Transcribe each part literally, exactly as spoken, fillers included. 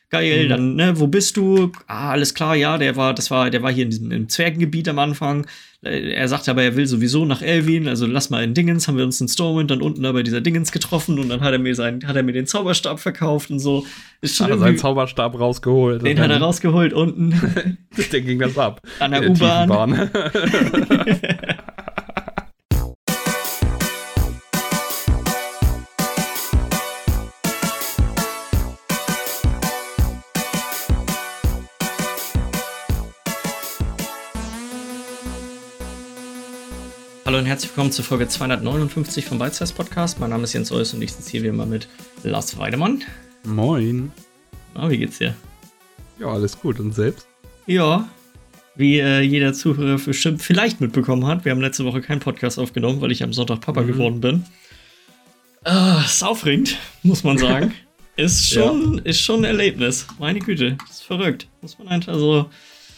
Geil, Mhm. dann, ne, wo bist du? Ah, alles klar, ja, der war, das war, der war hier in diesem im Zwergengebiet am Anfang. Äh, Er sagte aber, er will sowieso nach Elvin, also lass mal in Dingens, haben wir uns in Stormwind dann unten da bei dieser Dingens getroffen und dann hat er mir seinen, hat er mir den Zauberstab verkauft und so. Ist schon Hat er irgendwie, seinen Zauberstab rausgeholt. den hat er rausgeholt unten Den ging das ab. an der In U-Bahn. Tiefenbahn. Hallo und herzlich willkommen zur Folge zweihundertneunundfünfzig vom Bite Size Podcast. Mein Name ist Jens Eus und ich sitze hier wie immer mit Lars Weidemann. Moin. Na, wie geht's dir? Ja, alles gut. Und selbst? Ja, wie äh, jeder Zuhörer bestimmt vielleicht mitbekommen hat, wir haben letzte Woche keinen Podcast aufgenommen, weil ich am Sonntag Papa Mhm. geworden bin. Äh, ist aufregend, muss man sagen. ist, schon, ja. ist schon ein Erlebnis. Meine Güte, ist verrückt. Muss man einfach so...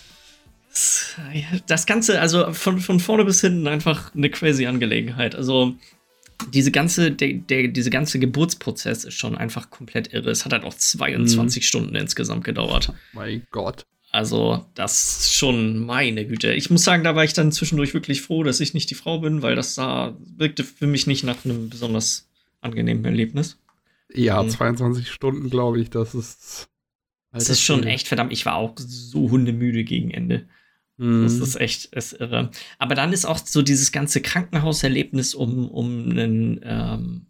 Das Ganze, also von, von vorne bis hinten einfach eine crazy Angelegenheit. Also diese ganze, der, der, diese ganze Geburtsprozess ist schon einfach komplett irre. Es hat halt auch zweiundzwanzig mhm. Stunden insgesamt gedauert. Mein Gott. Also das ist schon meine Güte. Ich muss sagen, da war ich dann zwischendurch wirklich froh, dass ich nicht die Frau bin, weil das da wirkte für mich nicht nach einem besonders angenehmen Erlebnis. Ja, Und zweiundzwanzig Stunden, glaube ich, das ist... Das ist schon echt verdammt. Ich war auch so hundemüde gegen Ende. Das ist echt ist irre. Aber dann ist auch so dieses ganze Krankenhauserlebnis um, um einen ähm,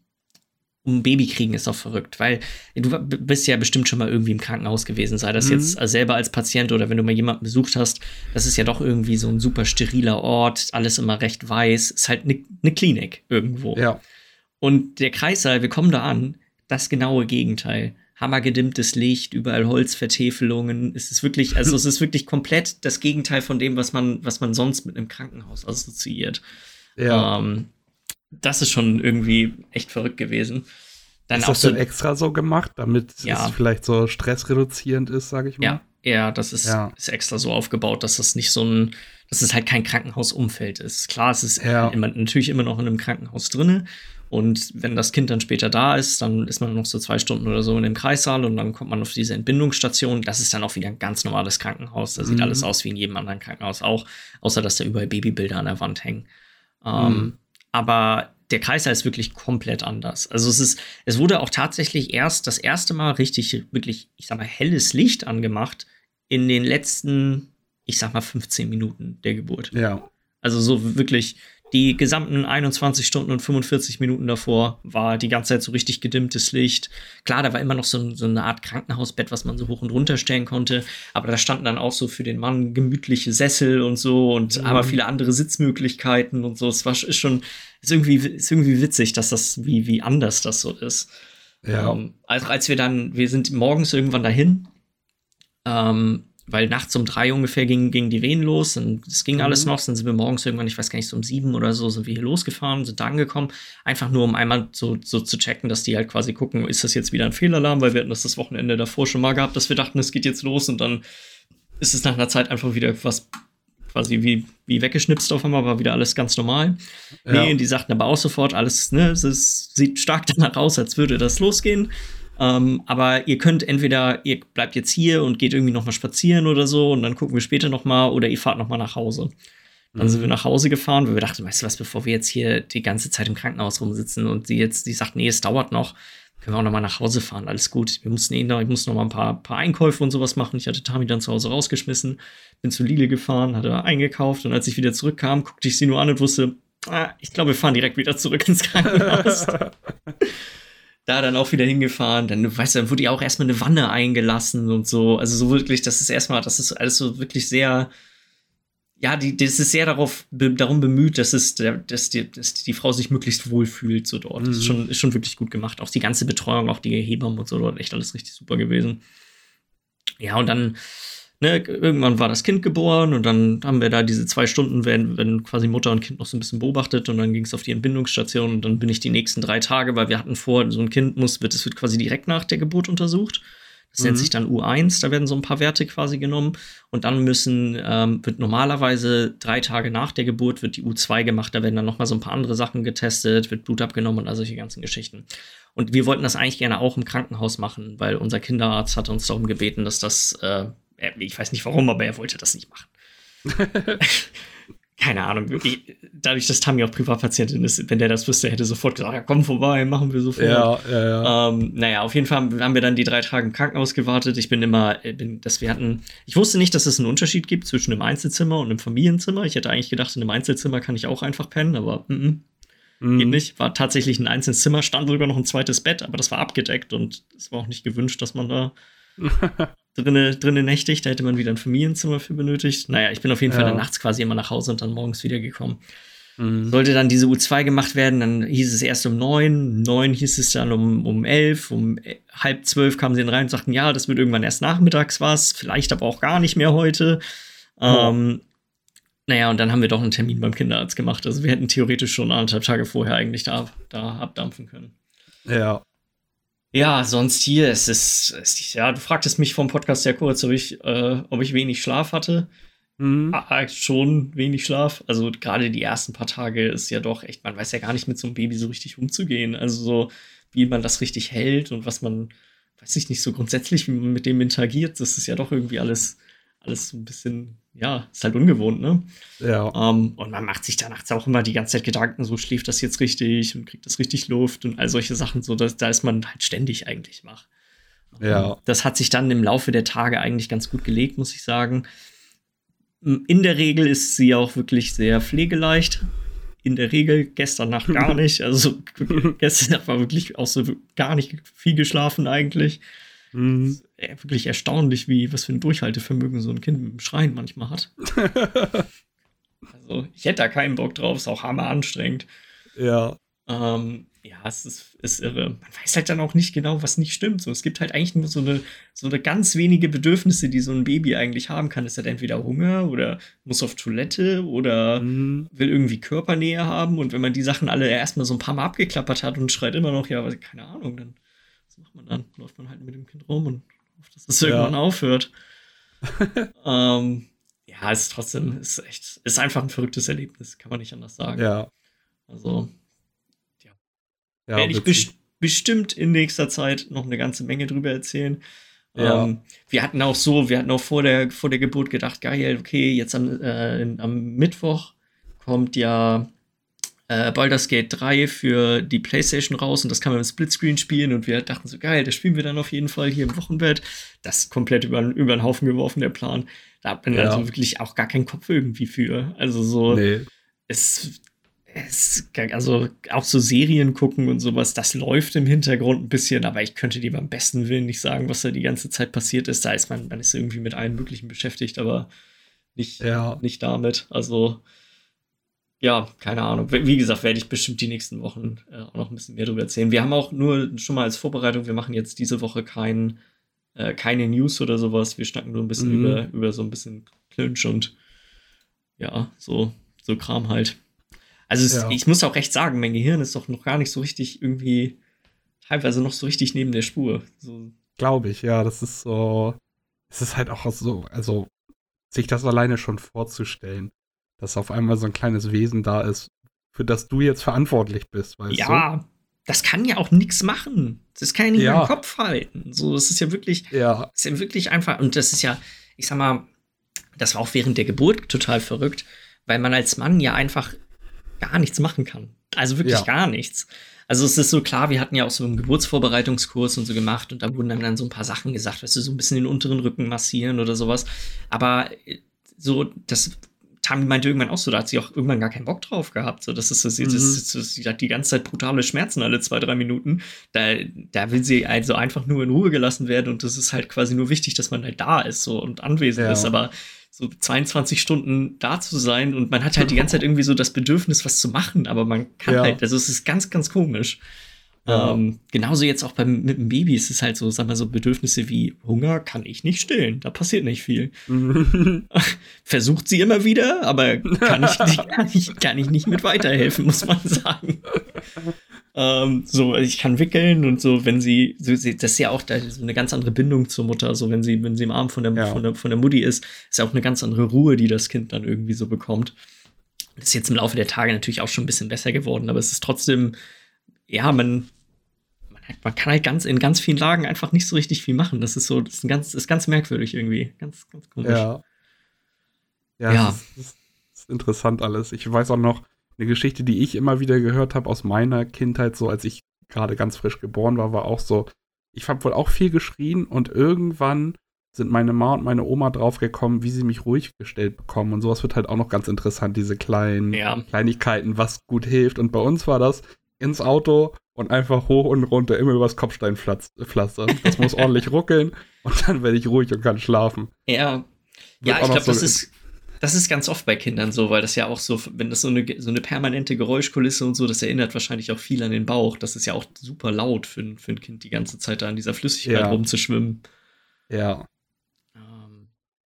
um Baby kriegen ist auch verrückt, weil du bist ja bestimmt schon mal irgendwie im Krankenhaus gewesen, sei das mhm. jetzt selber als Patient oder wenn du mal jemanden besucht hast. Das ist ja doch irgendwie so ein super steriler Ort, alles immer recht weiß. Ist halt eine ne Klinik irgendwo. Ja. Und der Kreissaal, wir kommen da an, das genaue Gegenteil. Hammergedimmtes Licht, überall Holzvertäfelungen. Es ist wirklich, also es ist wirklich komplett das Gegenteil von dem, was man, was man sonst mit einem Krankenhaus assoziiert. Ja. Ähm, das ist schon irgendwie echt verrückt gewesen. Dann ist auch das so, denn extra so gemacht, damit ja. es vielleicht so stressreduzierend ist, sage ich mal? Ja, ja, das ist, ja. ist extra so aufgebaut, dass das nicht so ein, dass es halt kein Krankenhausumfeld ist. Klar, es ist ja. immer, natürlich immer noch in einem Krankenhaus drinne. Und wenn das Kind dann später da ist, dann ist man noch so zwei Stunden oder so in dem Kreissaal und dann kommt man auf diese Entbindungsstation. Das ist dann auch wieder ein ganz normales Krankenhaus. Da sieht mhm. alles aus wie in jedem anderen Krankenhaus auch, außer dass da überall Babybilder an der Wand hängen. Mhm. Ähm, aber der Kreissaal ist wirklich komplett anders. Also es ist, es wurde auch tatsächlich erst das erste Mal richtig, wirklich, ich sag mal, helles Licht angemacht in den letzten, ich sag mal, fünfzehn Minuten der Geburt. Ja. Also so wirklich die gesamten einundzwanzig Stunden und fünfundvierzig Minuten davor war die ganze Zeit so richtig gedimmtes Licht. Klar, da war immer noch so, so eine Art Krankenhausbett, was man so hoch und runter stellen konnte. Aber da standen dann auch so für den Mann gemütliche Sessel und so und mhm. aber viele andere Sitzmöglichkeiten und so. Es war ist schon ist irgendwie, ist irgendwie witzig, dass das, wie, wie anders das so ist. Ja. Ähm, also als wir dann, wir sind morgens irgendwann dahin, ähm, weil nachts um drei ungefähr ging, ging die Wehen los und es ging mhm. alles noch. Dann sind wir morgens irgendwann, ich weiß gar nicht, so um sieben oder so, sind wir hier losgefahren, sind da angekommen. Einfach nur, um einmal so, so zu checken, dass die halt quasi gucken, ist das jetzt wieder ein Fehlalarm? Weil wir hatten das das Wochenende davor schon mal gehabt, dass wir dachten, es geht jetzt los und dann ist es nach einer Zeit einfach wieder was quasi wie, wie weggeschnipst auf einmal, war wieder alles ganz normal. Ja. Nee, die sagten aber auch sofort, alles, ne, es ist, sieht stark danach aus, als würde das losgehen. Um, aber ihr könnt entweder, ihr bleibt jetzt hier und geht irgendwie noch mal spazieren oder so und dann gucken wir später noch mal oder ihr fahrt noch mal nach Hause. Dann mhm. sind wir nach Hause gefahren, weil wir dachten, weißt du was, bevor wir jetzt hier die ganze Zeit im Krankenhaus rumsitzen und die jetzt, die sagt, nee, es dauert noch, können wir auch noch mal nach Hause fahren, alles gut. Wir mussten eh noch, ich musste noch mal ein paar, paar Einkäufe und sowas machen. Ich hatte Tami dann zu Hause rausgeschmissen, bin zu Lidl gefahren, hatte eingekauft und als ich wieder zurückkam, guckte ich sie nur an und wusste, ah, ich glaube, wir fahren direkt wieder zurück ins Krankenhaus. Da dann auch wieder hingefahren, dann, weißt du, dann wurde ja auch erstmal eine Wanne eingelassen und so, also so wirklich, das ist erstmal, das ist alles so wirklich sehr, ja, die, das ist sehr darauf, be, darum bemüht, dass es, dass die, dass die Frau sich möglichst wohl fühlt, so dort. Mhm. Das ist schon, ist schon wirklich gut gemacht, auch die ganze Betreuung, auch die Hebammen und so, dort echt alles richtig super gewesen. Ja, und dann, ne, irgendwann war das Kind geboren und dann haben wir da diese zwei Stunden, wenn, wenn quasi Mutter und Kind noch so ein bisschen beobachtet und dann ging es auf die Entbindungsstation und dann bin ich die nächsten drei Tage, weil wir hatten vor, so ein Kind muss, wird, es wird quasi direkt nach der Geburt untersucht. Das mhm. nennt sich dann U eins, da werden so ein paar Werte quasi genommen. Und dann müssen, ähm, wird normalerweise drei Tage nach der Geburt wird die U zwei gemacht, da werden dann noch mal so ein paar andere Sachen getestet, wird Blut abgenommen und all solche ganzen Geschichten. Und wir wollten das eigentlich gerne auch im Krankenhaus machen, weil unser Kinderarzt hat uns darum gebeten, dass das, äh, ich weiß nicht warum, aber er wollte das nicht machen. Keine Ahnung, wirklich, dadurch, dass Tammy auch Privatpatientin ist, wenn der das wüsste, hätte sofort gesagt, ja, komm vorbei, machen wir sofort. Ja, ja, ja. Ähm, naja, auf jeden Fall haben wir dann die drei Tage im Krankenhaus gewartet. Ich bin immer, bin, dass wir hatten, ich wusste nicht, dass es einen Unterschied gibt zwischen einem Einzelzimmer und einem Familienzimmer. Ich hätte eigentlich gedacht, in einem Einzelzimmer kann ich auch einfach pennen, aber m -m, mm. geht nicht. War tatsächlich ein Einzelzimmer, stand sogar noch ein zweites Bett, aber das war abgedeckt und es war auch nicht gewünscht, dass man da drinne, drinne nächtigt, da hätte man wieder ein Familienzimmer für benötigt. Naja, ich bin auf jeden ja. Fall dann nachts quasi immer nach Hause und dann morgens wieder gekommen. Mhm. Sollte dann diese U zwei gemacht werden, dann hieß es erst um neun, um neun hieß es dann um, um elf, um halb zwölf kamen sie dann rein und sagten, ja, das wird irgendwann erst nachmittags was, vielleicht aber auch gar nicht mehr heute. Oh. Ähm, naja, und dann haben wir doch einen Termin beim Kinderarzt gemacht. Also wir hätten theoretisch schon anderthalb Tage vorher eigentlich da, da abdampfen können. Ja. Ja, sonst hier, es ist, es ist, ja, du fragtest mich vom Podcast sehr kurz, ob ich, äh, ob ich wenig Schlaf hatte. Mhm. Ah, schon wenig Schlaf. Also gerade die ersten paar Tage ist ja doch echt, man weiß ja gar nicht mit so einem Baby so richtig umzugehen. Also so, wie man das richtig hält und was man, weiß ich nicht, so grundsätzlich, wie man mit dem interagiert, das ist ja doch irgendwie alles, alles so ein bisschen, ja, ist halt ungewohnt, ne? Ja. Um, und man macht sich da nachts auch immer die ganze Zeit Gedanken, so schläft das jetzt richtig und kriegt das richtig Luft und all solche Sachen, so, dass, da ist man halt ständig eigentlich wach. Ja. Um, das hat sich dann im Laufe der Tage eigentlich ganz gut gelegt, muss ich sagen. In der Regel ist sie auch wirklich sehr pflegeleicht. In der Regel, gestern Nacht gar nicht. Also gestern Nacht war wirklich auch so gar nicht viel geschlafen eigentlich. Mhm. Wirklich erstaunlich, wie was für ein Durchhaltevermögen so ein Kind mit dem Schreien manchmal hat. Also ich hätte da keinen Bock drauf, ist auch hammer anstrengend. Ja. Ähm, ja, es ist, ist irre. Man weiß halt dann auch nicht genau, was nicht stimmt. So, es gibt halt eigentlich nur so eine, so eine ganz wenige Bedürfnisse, die so ein Baby eigentlich haben kann. Es hat entweder Hunger oder muss auf Toilette oder mhm. will irgendwie Körpernähe haben. Und wenn man die Sachen alle erstmal so ein paar Mal abgeklappert hat und schreit immer noch, ja, keine Ahnung, dann was macht man dann? Läuft man halt mit dem Kind rum und hofft, dass es ja. irgendwann aufhört. ähm, ja, es ist trotzdem, ist echt, ist einfach ein verrücktes Erlebnis, kann man nicht anders sagen. Ja. Also, ja. ja werde ich best- bestimmt in nächster Zeit noch eine ganze Menge drüber erzählen. Ja. Ähm, wir hatten auch so, wir hatten auch vor der, vor der Geburt gedacht, geil, okay, jetzt am, äh, am Mittwoch kommt ja äh, Baldur's Gate drei für die PlayStation raus und das kann man im Splitscreen spielen und wir dachten so, geil, das spielen wir dann auf jeden Fall hier im Wochenbett. Das ist komplett über, über den Haufen geworfen, der Plan. Da hat man ja. also wirklich auch gar keinen Kopf irgendwie für. Also so, nee. es, es, also auch so Serien gucken und sowas, das läuft im Hintergrund ein bisschen, aber ich könnte dir beim besten Willen nicht sagen, was da die ganze Zeit passiert ist. Da ist man, man ist irgendwie mit allen möglichen beschäftigt, aber nicht, ja. nicht damit. Also ja, keine Ahnung. Wie gesagt, werde ich bestimmt die nächsten Wochen äh, auch noch ein bisschen mehr darüber erzählen. Wir haben auch nur schon mal als Vorbereitung, wir machen jetzt diese Woche kein, äh, keine News oder sowas. Wir schnacken nur ein bisschen mhm. über, über so ein bisschen Clinch und ja, so, so Kram halt. Also es, ja. ich muss auch recht sagen, mein Gehirn ist doch noch gar nicht so richtig irgendwie, teilweise noch so richtig neben der Spur. So. Glaube ich, ja, das ist so, es ist halt auch so, also sich das alleine schon vorzustellen, dass auf einmal so ein kleines Wesen da ist, für das du jetzt verantwortlich bist, weißt ja, du? Ja, das kann ja auch nichts machen. Das kann ja nicht ja. im Kopf halten. So, das ist ja wirklich, ja. das ist ja wirklich einfach, und das ist ja, ich sag mal, das war auch während der Geburt total verrückt, weil man als Mann ja einfach gar nichts machen kann. Also wirklich ja. gar nichts. Also es ist so klar, wir hatten ja auch so einen Geburtsvorbereitungskurs und so gemacht und da wurden dann, dann so ein paar Sachen gesagt, weißt du, so ein bisschen den unteren Rücken massieren oder sowas. Aber so, das Tami meinte irgendwann auch so, da hat sie auch irgendwann gar keinen Bock drauf gehabt. So, das ist, das, das, das, das, sie hat die ganze Zeit brutale Schmerzen alle zwei, drei Minuten. Da, da will sie also einfach nur in Ruhe gelassen werden und das ist halt quasi nur wichtig, dass man halt da ist so und anwesend ja. ist. Aber so zweiundzwanzig Stunden da zu sein und man hat halt die ganze Zeit irgendwie so das Bedürfnis, was zu machen, aber man kann ja. halt, also es ist ganz, ganz komisch. Ja. Ähm, genauso jetzt auch beim, mit dem Baby, es ist halt so, sag mal, so Bedürfnisse wie Hunger kann ich nicht stillen, da passiert nicht viel. Versucht sie immer wieder, aber kann ich, kann, ich, kann ich nicht mit weiterhelfen, muss man sagen. Ähm, so, ich kann wickeln und so, wenn sie, so, sie das ist ja auch da so eine ganz andere Bindung zur Mutter, so wenn sie, wenn sie im Arm von der, Ja. von der, von der Mutti ist, ist ja auch eine ganz andere Ruhe, die das Kind dann irgendwie so bekommt. Das ist jetzt im Laufe der Tage natürlich auch schon ein bisschen besser geworden, aber es ist trotzdem, ja, man, man, man kann halt ganz in ganz vielen Lagen einfach nicht so richtig viel machen. Das ist so, das ist, ein ganz, ist ganz merkwürdig irgendwie. Ganz, ganz komisch. Ja. Ja, Ja. Das, ist, das ist interessant alles. Ich weiß auch noch eine Geschichte, die ich immer wieder gehört habe aus meiner Kindheit, so als ich gerade ganz frisch geboren war, war auch so, ich habe wohl auch viel geschrien und irgendwann sind meine Ma und meine Oma draufgekommen, wie sie mich ruhig gestellt bekommen. Und sowas wird halt auch noch ganz interessant, diese kleinen Ja. Kleinigkeiten, was gut hilft. Und bei uns war das ins Auto und einfach hoch und runter, immer übers Kopfsteinpflaster. Das muss ordentlich ruckeln und dann werde ich ruhig und kann schlafen. Ja, Wird ja, auch ich noch glaube, so- das ist, das ist ganz oft bei Kindern so, weil das ja auch so, wenn das so eine, so eine permanente Geräuschkulisse und so, das erinnert wahrscheinlich auch viel an den Bauch. Das ist ja auch super laut für, ein- für ein Kind, die ganze Zeit da in dieser Flüssigkeit Ja. rumzuschwimmen. Ja, Ähm,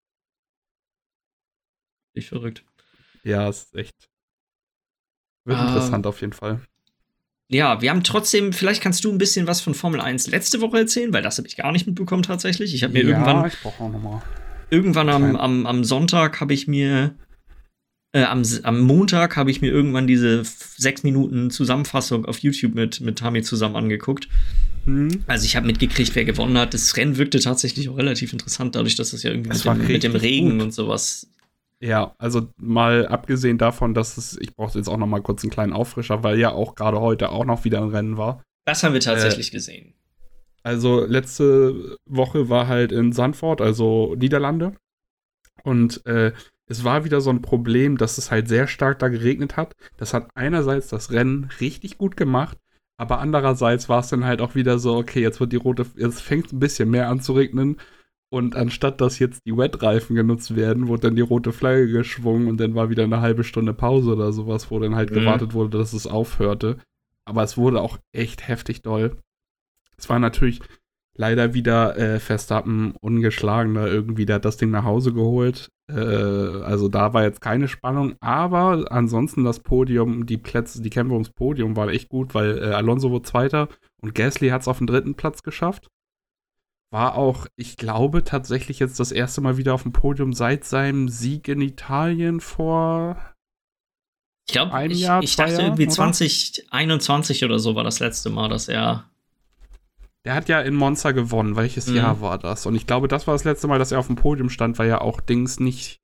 ich verrückt. ja, ist echt. Wird Ähm, interessant auf jeden Fall. Ja, wir haben trotzdem, vielleicht kannst du ein bisschen was von Formel eins letzte Woche erzählen, weil das habe ich gar nicht mitbekommen tatsächlich. Ich habe mir ja, irgendwann, ich brauche auch nochmal. irgendwann am, Klein- am, am Sonntag habe ich mir, äh, am, S- am Montag habe ich mir irgendwann diese f- sechs Minuten Zusammenfassung auf YouTube mit, mit Tami zusammen angeguckt. Hm? Also ich habe mitgekriegt, wer gewonnen hat. Das Rennen wirkte tatsächlich auch relativ interessant, dadurch, dass es ja irgendwie Es mit war dem, mit dem richtig Regen gut. und sowas. Ja, also mal abgesehen davon, dass es, ich brauche jetzt auch noch mal kurz einen kleinen Auffrischer, weil ja auch gerade heute auch noch wieder ein Rennen war. Das haben wir tatsächlich gesehen. Also letzte Woche war halt in Zandvoort, also Niederlande. Und äh, es war wieder so ein Problem, dass es halt sehr stark da geregnet hat. Das hat einerseits das Rennen richtig gut gemacht, aber andererseits war es dann halt auch wieder so, okay, jetzt wird die rote, jetzt fängt es ein bisschen mehr an zu regnen. Und anstatt dass jetzt die Wet-Reifen genutzt werden, wurde dann die rote Flagge geschwungen und dann war wieder eine halbe Stunde Pause oder sowas, wo dann halt Mhm. gewartet wurde, dass es aufhörte. Aber es wurde auch echt heftig doll. Es war natürlich leider wieder äh, Verstappen ungeschlagener irgendwie, der hat das Ding nach Hause geholt. Äh, also da war jetzt keine Spannung, aber ansonsten das Podium, die Plätze, die Kämpfe ums Podium waren echt gut, weil äh, Alonso wurde Zweiter und Gasly hat es auf den dritten Platz geschafft. War auch, ich glaube, tatsächlich jetzt das erste Mal wieder auf dem Podium seit seinem Sieg in Italien vor. Ich glaube, Ein ich, Jahr, ich zwei dachte Jahre, irgendwie oder? zwanzig einundzwanzig oder so war das letzte Mal, dass er. Der hat ja in Monza gewonnen. Welches Mhm. Jahr war das? Und ich glaube, das war das letzte Mal, dass er auf dem Podium stand, weil ja auch Dings nicht.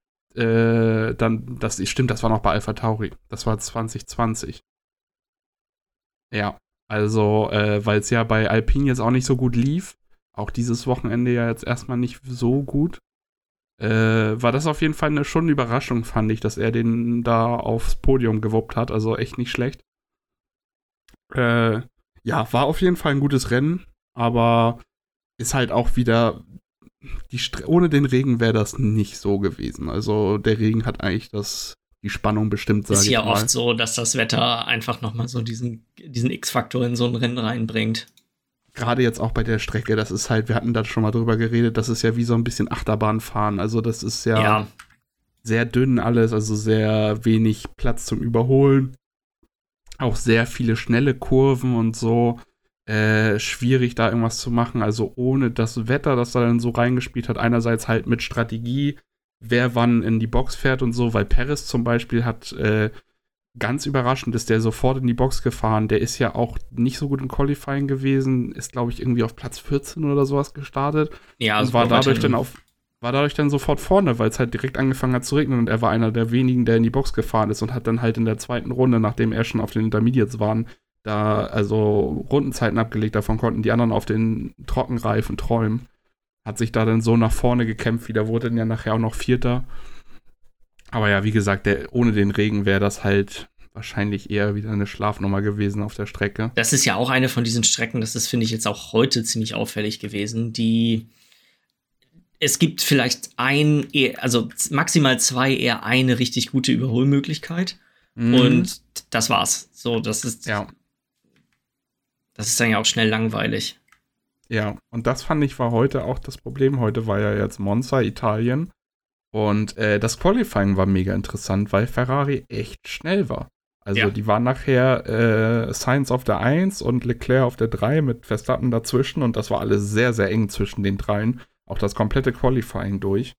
Äh, dann, das stimmt, das war noch bei AlphaTauri. Das war zwanzig zwanzig. Ja, also, äh, weil es ja bei Alpine jetzt auch nicht so gut lief, auch dieses Wochenende ja jetzt erstmal nicht so gut, äh, war das auf jeden Fall eine, schon eine Überraschung, fand ich, dass er den da aufs Podium gewuppt hat. Also echt nicht schlecht. Äh, ja, war auf jeden Fall ein gutes Rennen, aber ist halt auch wieder, die Stre- ohne den Regen wäre das nicht so gewesen. Also der Regen hat eigentlich das, die Spannung bestimmt, sage Ist ich ja mal. oft so, dass das Wetter einfach noch mal so diesen, diesen X-Faktor in so ein Rennen reinbringt. Gerade jetzt auch bei der Strecke, das ist halt, wir hatten da schon mal drüber geredet, das ist ja wie so ein bisschen Achterbahnfahren. Also das ist ja, Ja, sehr dünn alles, also sehr wenig Platz zum Überholen. Auch sehr viele schnelle Kurven und so. Äh, schwierig da irgendwas zu machen. Also ohne das Wetter, das da dann so reingespielt hat. Einerseits halt mit Strategie, wer wann in die Box fährt und so. Weil Perez zum Beispiel hat äh, ganz überraschend, ist der sofort in die Box gefahren. Der ist ja auch nicht so gut im Qualifying gewesen. Ist, glaube ich, irgendwie auf Platz vierzehn oder sowas gestartet. ja, Und war super dadurch weiterhin. dann auf war dadurch dann sofort vorne, weil es halt direkt angefangen hat zu regnen und er war einer der wenigen, der in die Box gefahren ist und hat dann halt in der zweiten Runde, nachdem er schon auf den Intermediates waren, da also Rundenzeiten abgelegt, davon konnten die anderen auf den Trockenreifen träumen. Hat sich da dann so nach vorne gekämpft wieder, wurde dann ja nachher auch noch Vierter. Aber ja, wie gesagt, der, ohne den Regen wäre das halt wahrscheinlich eher wieder eine Schlafnummer gewesen auf der Strecke. Das ist ja auch eine von diesen Strecken, das ist, finde ich, jetzt auch heute ziemlich auffällig gewesen, die es gibt vielleicht ein, also maximal zwei, eher eine richtig gute Überholmöglichkeit. Mhm. Und das war's. So, das ist, ja. das ist dann ja auch schnell langweilig. Ja, und das fand ich war heute auch das Problem. Heute war ja jetzt Monza, Italien. Und äh, das Qualifying war mega interessant, weil Ferrari echt schnell war. Also Ja. die waren nachher äh, Sainz auf der eins und Leclerc auf der drei mit Verstappen dazwischen und das war alles sehr, sehr eng zwischen den dreien. Auch das komplette Qualifying durch.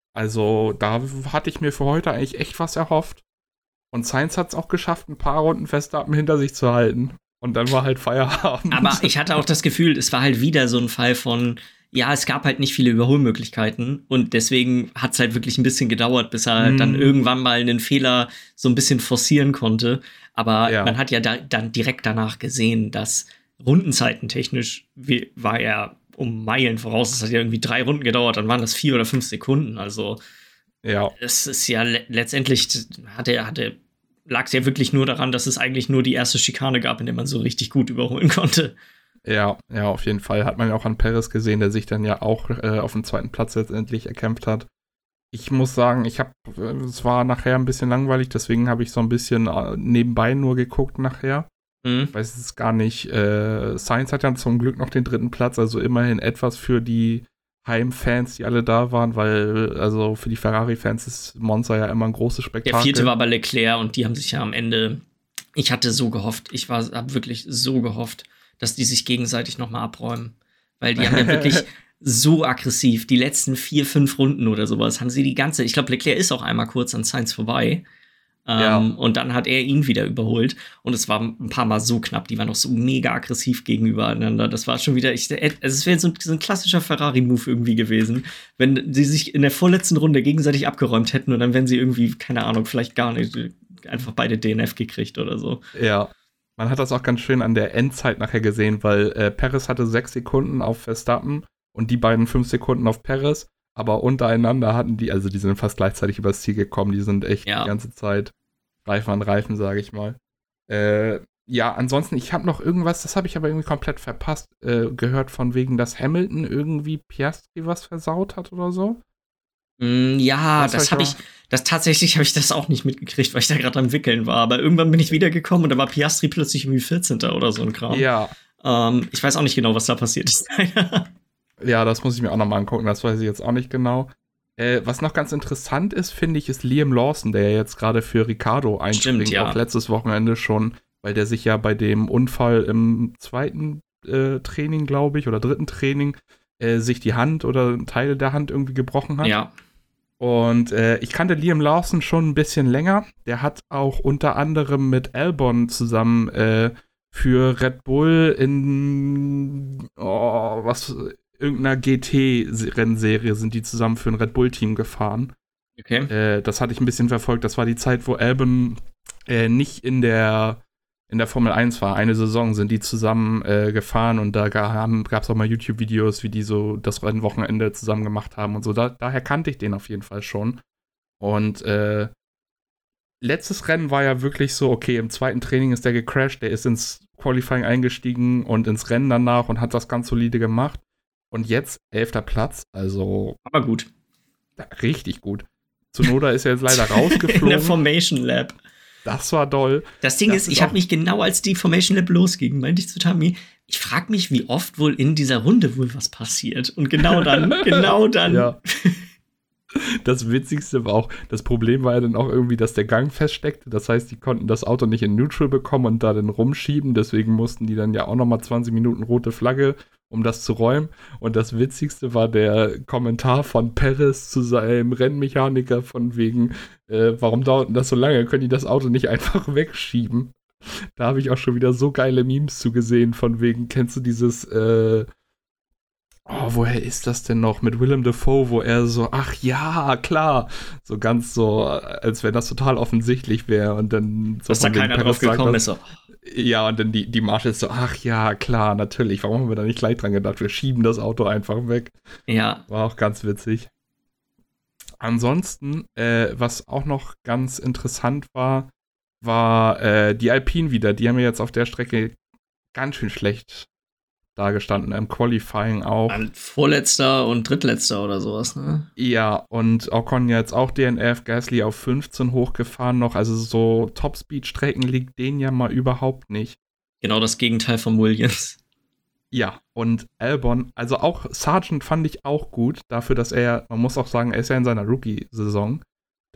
Also da hatte ich mir für heute eigentlich echt was erhofft. Und Sainz hat es auch geschafft, ein paar Runden Verstappen hinter sich zu halten. Und dann war halt Feierabend. Aber ich hatte auch das Gefühl, es war halt wieder so ein Fall von, ja, es gab halt nicht viele Überholmöglichkeiten und deswegen hat es halt wirklich ein bisschen gedauert, bis er Mm. dann irgendwann mal einen Fehler so ein bisschen forcieren konnte. Aber Ja. man hat ja da, dann direkt danach gesehen, dass rundenzeitentechnisch wie, war er um Meilen voraus. Es hat ja irgendwie drei Runden gedauert, dann waren das vier oder fünf Sekunden. Also Ja, es ist ja le letztendlich, hat er, hat er, lag es ja wirklich nur daran, dass es eigentlich nur die erste Schikane gab, in der man so richtig gut überholen konnte. ja, ja, auf jeden Fall. Hat man ja auch an Perez gesehen, der sich dann ja auch äh, auf dem zweiten Platz letztendlich erkämpft hat. Ich muss sagen, ich habe, es war nachher ein bisschen langweilig, deswegen habe ich so ein bisschen äh, nebenbei nur geguckt nachher. Mhm. Ich weiß es gar nicht. Äh, Sainz hat ja zum Glück noch den dritten Platz, also immerhin etwas für die Heimfans, die alle da waren, weil also für die Ferrari-Fans ist Monza ja immer ein großes Spektakel. Der vierte war aber Leclerc und die haben sich ja am Ende, ich hatte so gehofft, ich war, hab wirklich so gehofft, dass die sich gegenseitig nochmal abräumen. Weil die haben ja wirklich so aggressiv, die letzten vier, fünf Runden oder sowas, haben sie die ganze, ich glaube, Leclerc ist auch einmal kurz an Sainz vorbei. Ähm, Ja. Und dann hat er ihn wieder überholt. Und es war ein paar Mal so knapp, die waren noch so mega aggressiv gegenübereinander. Das war schon wieder, ich, also es wäre so, so ein klassischer Ferrari-Move irgendwie gewesen, wenn sie sich in der vorletzten Runde gegenseitig abgeräumt hätten und dann wären sie irgendwie, keine Ahnung, vielleicht gar nicht, einfach beide D N F gekriegt oder so. Ja, man hat das auch ganz schön an der Endzeit nachher gesehen, weil äh, Perez hatte sechs Sekunden auf Verstappen und die beiden fünf Sekunden auf Perez, aber untereinander hatten die, also die sind fast gleichzeitig übers Ziel gekommen, die sind echt Ja. die ganze Zeit Reifen an Reifen, sage ich mal. Äh, ja, ansonsten, ich habe noch irgendwas, das habe ich aber irgendwie komplett verpasst, äh, gehört von wegen, dass Hamilton irgendwie Piastri was versaut hat oder so. Mm, ja, Das das hab habe ich ich, das tatsächlich habe ich das auch nicht mitgekriegt, weil ich da gerade am Wickeln war. Aber irgendwann bin ich wiedergekommen und da war Piastri plötzlich irgendwie vierzehnter oder so ein Kram. Ja, Ähm, ich weiß auch nicht genau, was da passiert ist. ja, das muss ich mir auch nochmal angucken, das weiß ich jetzt auch nicht genau. Äh, was noch ganz interessant ist, finde ich, ist Liam Lawson, der ja jetzt gerade für Ricardo einspringt, Stimmt, ja. auch letztes Wochenende schon, weil der sich ja bei dem Unfall im zweiten äh, Training, glaube ich, oder dritten Training, äh, sich die Hand oder Teile der Hand irgendwie gebrochen hat. Ja, Und äh, ich kannte Liam Lawson schon ein bisschen länger. Der hat auch unter anderem mit Albon zusammen äh, für Red Bull in oh, was irgendeiner G T-Rennserie sind die zusammen für ein Red Bull-Team gefahren. okay. Äh, das hatte ich ein bisschen verfolgt. Das war die Zeit, wo Albon äh, nicht in der in der Formel eins war. Eine Saison sind die zusammen äh, gefahren und da gab es auch mal YouTube-Videos, wie die so das Rennwochenende zusammen gemacht haben und so. Da, daher kannte ich den auf jeden Fall schon. Und äh, letztes Rennen war ja wirklich so, okay, im zweiten Training ist der gecrashed, der ist ins Qualifying eingestiegen und ins Rennen danach und hat das ganz solide gemacht. Und jetzt elfter Platz, also Aber gut. richtig gut. Tsunoda ist ja jetzt leider In der rausgeflogen. Formation Lab. Das war doll. Das Ding Das ist, ist ich habe auch- mich genau als die Formation Lab losging, meinte ich zu Tami, ich frage mich, wie oft wohl in dieser Runde wohl was passiert. Und genau dann, genau dann. Ja. Das Witzigste war auch, das Problem war ja dann auch irgendwie, dass der Gang feststeckte. Das heißt, die konnten das Auto nicht in Neutral bekommen und da dann rumschieben. Deswegen mussten die dann ja auch nochmal zwanzig Minuten rote Flagge, um das zu räumen. Und das Witzigste war der Kommentar von Perez zu seinem Rennmechaniker von wegen, äh, warum dauert denn das so lange? Können die das Auto nicht einfach wegschieben? Da habe ich auch schon wieder so geile Memes zugesehen, von wegen, kennst du dieses, äh, oh, woher ist das denn noch? Mit Willem Dafoe, wo er so, ach ja, klar. So ganz so, als wenn das total offensichtlich wäre. Und dann so Dass da von wegen keiner Perez drauf gekommen sagt, ist. So. ja, und dann die, die Marshals so, ach ja, klar, natürlich. Warum haben wir da nicht gleich dran gedacht? Wir schieben das Auto einfach weg. Ja, War auch ganz witzig. Ansonsten, äh, was auch noch ganz interessant war, war äh, die Alpine wieder. Die haben ja jetzt auf der Strecke ganz schön schlecht dagestanden, im Qualifying auch. an vorletzter und drittletzter oder sowas, ne? Ja, und Ocon jetzt auch D N F, Gasly auf fünfzehn hochgefahren noch. Also so Top-Speed-Strecken liegt denen ja mal überhaupt nicht. Genau das Gegenteil von Williams. Ja, und Albon, also auch Sargent fand ich auch gut, dafür, dass er, man muss auch sagen, er ist ja in seiner Rookie-Saison,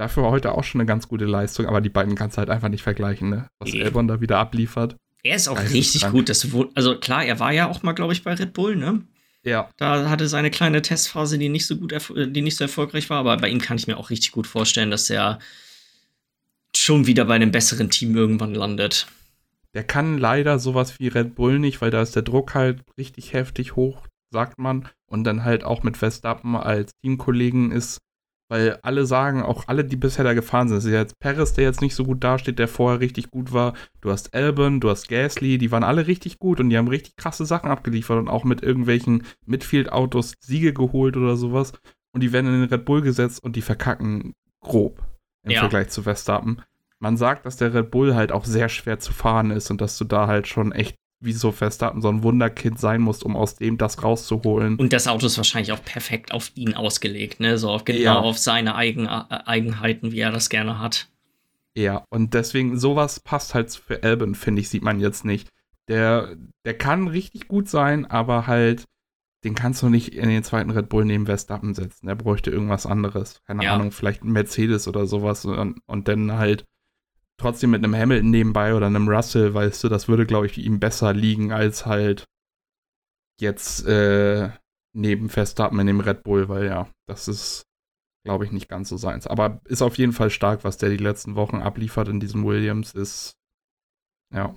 dafür war heute auch schon eine ganz gute Leistung, aber die beiden kannst du halt einfach nicht vergleichen, ne? Was nee. Albon da wieder abliefert. Er ist auch richtig gut. Das, also klar, er war ja auch mal, glaube ich, bei Red Bull, ne? Ja. Da hatte seine kleine Testphase, die nicht so gut, die nicht so erfolgreich war, aber bei ihm kann ich mir auch richtig gut vorstellen, dass er schon wieder bei einem besseren Team irgendwann landet. Der kann leider sowas wie Red Bull nicht, weil da ist der Druck halt richtig heftig hoch, sagt man. Und dann halt auch mit Verstappen als Teamkollegen ist, weil alle sagen, auch alle, die bisher da gefahren sind, das ist jetzt Perez, der jetzt nicht so gut dasteht, der vorher richtig gut war. Du hast Albon, du hast Gasly, die waren alle richtig gut und die haben richtig krasse Sachen abgeliefert und auch mit irgendwelchen Midfield-Autos Siege geholt oder sowas. Und die werden in den Red Bull gesetzt und die verkacken grob im ja. Vergleich zu Verstappen. Man sagt, dass der Red Bull halt auch sehr schwer zu fahren ist und dass du da halt schon echt wie so Verstappen so ein Wunderkind sein musst, um aus dem das rauszuholen. Und das Auto ist wahrscheinlich auch perfekt auf ihn ausgelegt, ne? So auf, genau ja. auf seine Eigen, äh, Eigenheiten, wie er das gerne hat. Ja, und deswegen, sowas passt halt für Albon, finde ich, sieht man jetzt nicht. Der, der kann richtig gut sein, aber halt, den kannst du nicht in den zweiten Red Bull neben Verstappen setzen. Der bräuchte irgendwas anderes. Keine ja. Ahnung, vielleicht ein Mercedes oder sowas und, und dann halt trotzdem mit einem Hamilton nebenbei oder einem Russell, weißt du, das würde, glaube ich, ihm besser liegen als halt jetzt äh, neben Verstappen in dem Red Bull, weil ja, das ist, glaube ich, nicht ganz so seins. Aber ist auf jeden Fall stark, was der die letzten Wochen abliefert in diesem Williams, ist, ja.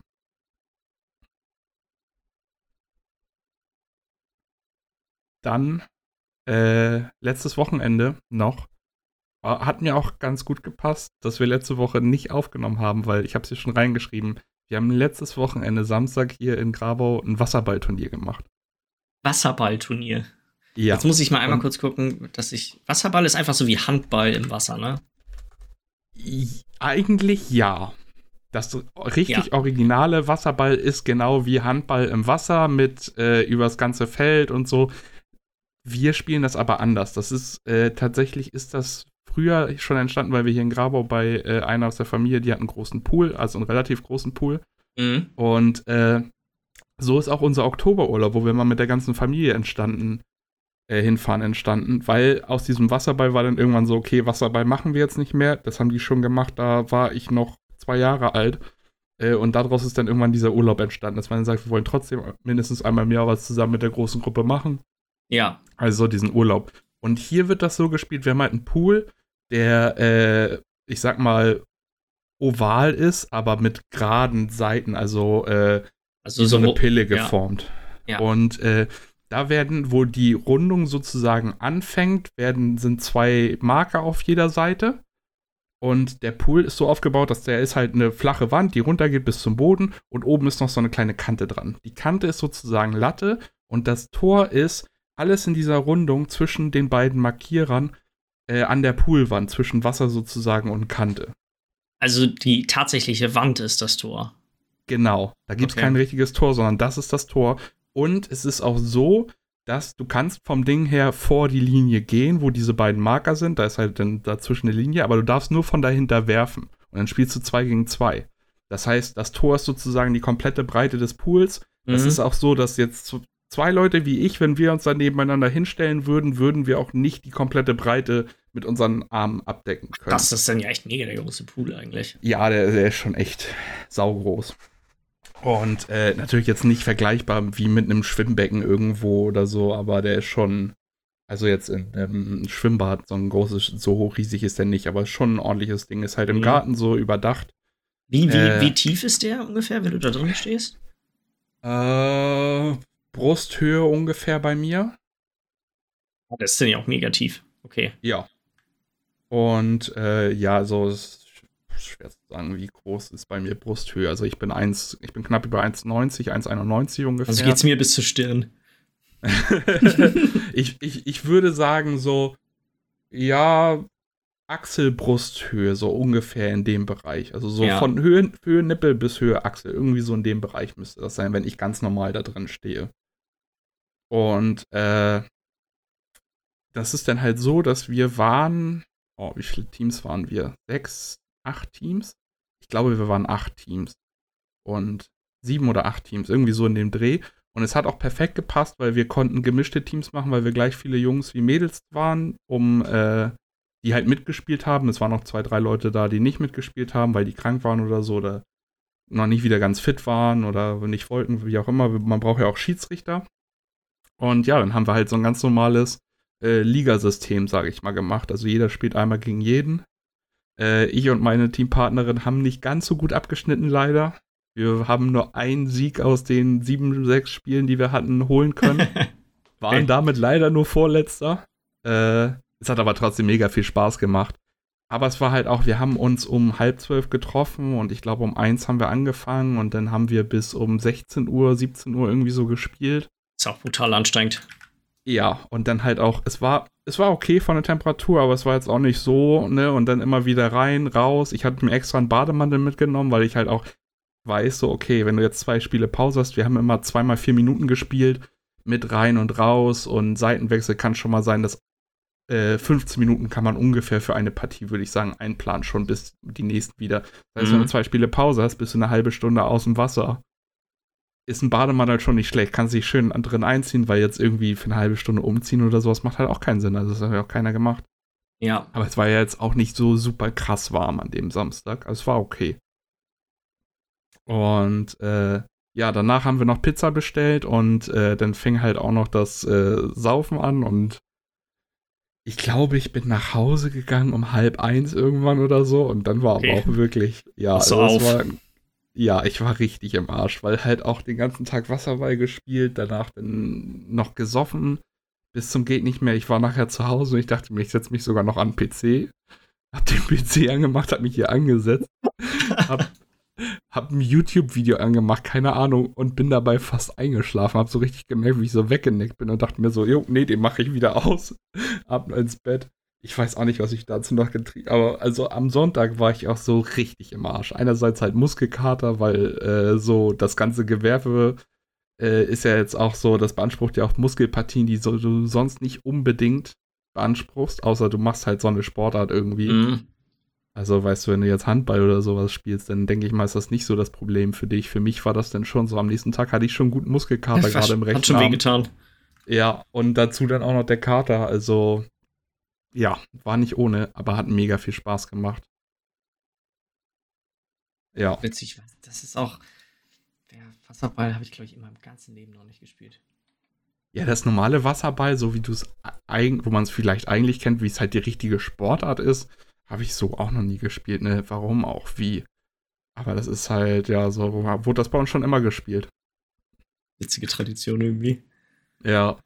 Dann, äh, letztes Wochenende noch, hat mir auch ganz gut gepasst, dass wir letzte Woche nicht aufgenommen haben, weil ich habe es hier schon reingeschrieben. Wir haben letztes Wochenende, Samstag, hier in Grabau ein Wasserballturnier gemacht. Wasserballturnier? Ja. Jetzt muss ich mal einmal Und kurz gucken, dass ich... Wasserball ist einfach so wie Handball im Wasser, ne? Eigentlich ja. Das richtig ja. originale Wasserball ist genau wie Handball im Wasser mit äh, übers ganze Feld und so. Wir spielen das aber anders. Das ist, äh, tatsächlich ist das früher schon entstanden, weil wir hier in Grabau bei äh, einer aus der Familie, die hat einen großen Pool, also einen relativ großen Pool. Mhm. Und äh, so ist auch unser Oktoberurlaub, wo wir mal mit der ganzen Familie entstanden, äh, hinfahren entstanden, weil aus diesem Wasserball war dann irgendwann so, okay, Wasserball machen wir jetzt nicht mehr, das haben die schon gemacht, da war ich noch zwei Jahre alt. Äh, und daraus ist dann irgendwann dieser Urlaub entstanden, dass man dann sagt, wir wollen trotzdem mindestens einmal im Jahr was zusammen mit der großen Gruppe machen. Ja. Also diesen Urlaub. Und hier wird das so gespielt, wir haben halt einen Pool, der, äh, ich sag mal, oval ist, aber mit geraden Seiten, also, äh, also wie so eine so, Pille geformt. Ja. Ja. Und äh, da werden, wo die Rundung sozusagen anfängt, werden, sind zwei Marker auf jeder Seite. Und der Pool ist so aufgebaut, dass der ist halt eine flache Wand, die runtergeht bis zum Boden und oben ist noch so eine kleine Kante dran. Die Kante ist sozusagen Latte und das Tor ist alles in dieser Rundung zwischen den beiden Markierern äh, an der Poolwand, zwischen Wasser sozusagen und Kante. Also die tatsächliche Wand ist das Tor. Genau, da gibt es Okay. kein richtiges Tor, sondern das ist das Tor. Und es ist auch so, dass du kannst vom Ding her vor die Linie gehen, wo diese beiden Marker sind. Da ist halt dann dazwischen eine Linie, aber du darfst nur von dahinter werfen. Und dann spielst du zwei gegen zwei. Das heißt, das Tor ist sozusagen die komplette Breite des Pools. Das Mhm. ist auch so, dass jetzt zwei Leute wie ich, wenn wir uns dann nebeneinander hinstellen würden, würden wir auch nicht die komplette Breite mit unseren Armen abdecken können. Das ist dann ja echt mega der große Pool eigentlich. Ja, der, der ist schon echt saugroß. Und äh, natürlich jetzt nicht vergleichbar wie mit einem Schwimmbecken irgendwo oder so, aber der ist schon, also jetzt in einem Schwimmbad, so ein großes, so hoch riesig ist der nicht, aber ist schon ein ordentliches Ding, ist halt im Mhm. Garten so überdacht. Wie, wie, Äh, wie tief ist der ungefähr, wenn du da drin stehst? Äh, Brusthöhe ungefähr bei mir. Das ist dann ja auch mega tief. Okay. Ja. Und äh, ja, so ist schwer zu sagen, wie groß ist bei mir Brusthöhe. Also ich bin eins, ich bin knapp über eins neunzig, eins einundneunzig ungefähr. Also geht's mir bis zur Stirn. ich, ich, ich würde sagen so, ja, Achselbrusthöhe, so ungefähr in dem Bereich. Also so Ja. von Höhe, Höhe Nippel bis Höhe Achsel. Irgendwie so in dem Bereich müsste das sein, wenn ich ganz normal da drin stehe. Und äh, das ist dann halt so, dass wir waren, oh, wie viele Teams waren wir? Sechs, acht Teams? Ich glaube, wir waren acht Teams. Und sieben oder acht Teams, irgendwie so in dem Dreh. Und es hat auch perfekt gepasst, weil wir konnten gemischte Teams machen, weil wir gleich viele Jungs wie Mädels waren, um äh, die halt mitgespielt haben. Es waren noch zwei, drei Leute da, die nicht mitgespielt haben, weil die krank waren oder so oder noch nicht wieder ganz fit waren oder nicht wollten, wie auch immer. Man braucht ja auch Schiedsrichter. Und ja, dann haben wir halt so ein ganz normales äh, Ligasystem, sage ich mal, gemacht. Also jeder spielt einmal gegen jeden. Äh, ich und meine Teampartnerin haben nicht ganz so gut abgeschnitten, leider. Wir haben nur einen Sieg aus den sieben, sechs Spielen, die wir hatten, holen können. Waren okay. damit leider nur Vorletzter. Äh, es hat aber trotzdem mega viel Spaß gemacht. Aber es war halt auch, wir haben uns um halb zwölf getroffen und ich glaube um eins haben wir angefangen und dann haben wir bis um sechzehn Uhr, siebzehn Uhr irgendwie so gespielt. Ist auch brutal anstrengend. Ja, und dann halt auch, es war, es war okay von der Temperatur, aber es war jetzt auch nicht so, ne, und dann immer wieder rein, raus. Ich hatte mir extra einen Bademantel mitgenommen, weil ich halt auch weiß, so, okay, wenn du jetzt zwei Spiele Pause hast, wir haben immer zweimal vier Minuten gespielt, mit rein und raus und Seitenwechsel kann schon mal sein, dass äh, fünfzehn Minuten kann man ungefähr für eine Partie, würde ich sagen, einplanen, schon bis die nächsten wieder. Das heißt, mhm. wenn du zwei Spiele Pause hast, bist du eine halbe Stunde aus dem Wasser. Ist ein Bademantel schon nicht schlecht, kann sich schön drin einziehen, weil jetzt irgendwie für eine halbe Stunde umziehen oder sowas macht halt auch keinen Sinn. Also das hat ja auch keiner gemacht. Ja. Aber es war ja jetzt auch nicht so super krass warm an dem Samstag. Also es war okay. Und äh, ja, danach haben wir noch Pizza bestellt und äh, dann fing halt auch noch das äh, Saufen an und ich glaube, ich bin nach Hause gegangen um halb eins irgendwann oder so und dann war okay. aber auch wirklich, ja, so also auf. war, ja, ich war richtig im Arsch, weil halt auch den ganzen Tag Wasserball gespielt, danach dann noch gesoffen, bis zum geht nicht mehr. Ich war nachher zu Hause und ich dachte mir, ich setze mich sogar noch an den P C, hab den P C angemacht, hab mich hier angesetzt, hab Hab ein YouTube-Video angemacht, keine Ahnung, und bin dabei fast eingeschlafen. Hab so richtig gemerkt, wie ich so weggenickt bin und dachte mir so, jo, nee, den mache ich wieder aus. Ab ins Bett. Ich weiß auch nicht, was ich dazu noch getrieben habe. Aber also am Sonntag war ich auch so richtig im Arsch. Einerseits halt Muskelkater, weil äh, so das ganze Gewerbe äh, ist ja jetzt auch so, das beansprucht ja auch Muskelpartien, die so, du sonst nicht unbedingt beanspruchst, außer du machst halt so eine Sportart irgendwie. Mhm. Also, weißt du, wenn du jetzt Handball oder sowas spielst, dann denke ich mal, ist das nicht so das Problem für dich. Für mich war das dann schon so, am nächsten Tag hatte ich schon guten Muskelkater, gerade im rechten Hat schon wehgetan. Ja, und dazu dann auch noch der Kater. Also, ja, war nicht ohne, aber hat mega viel Spaß gemacht. Ja. Witzig, das ist auch, ja, Wasserball habe ich, glaube ich, in meinem ganzen Leben noch nicht gespielt. Ja, das normale Wasserball, so wie du es, wo man es vielleicht eigentlich kennt, wie es halt die richtige Sportart ist, habe ich so auch noch nie gespielt, ne? Warum auch, wie? Aber das ist halt, ja, so wurde das bei uns schon immer gespielt. Witzige Tradition irgendwie. Ja.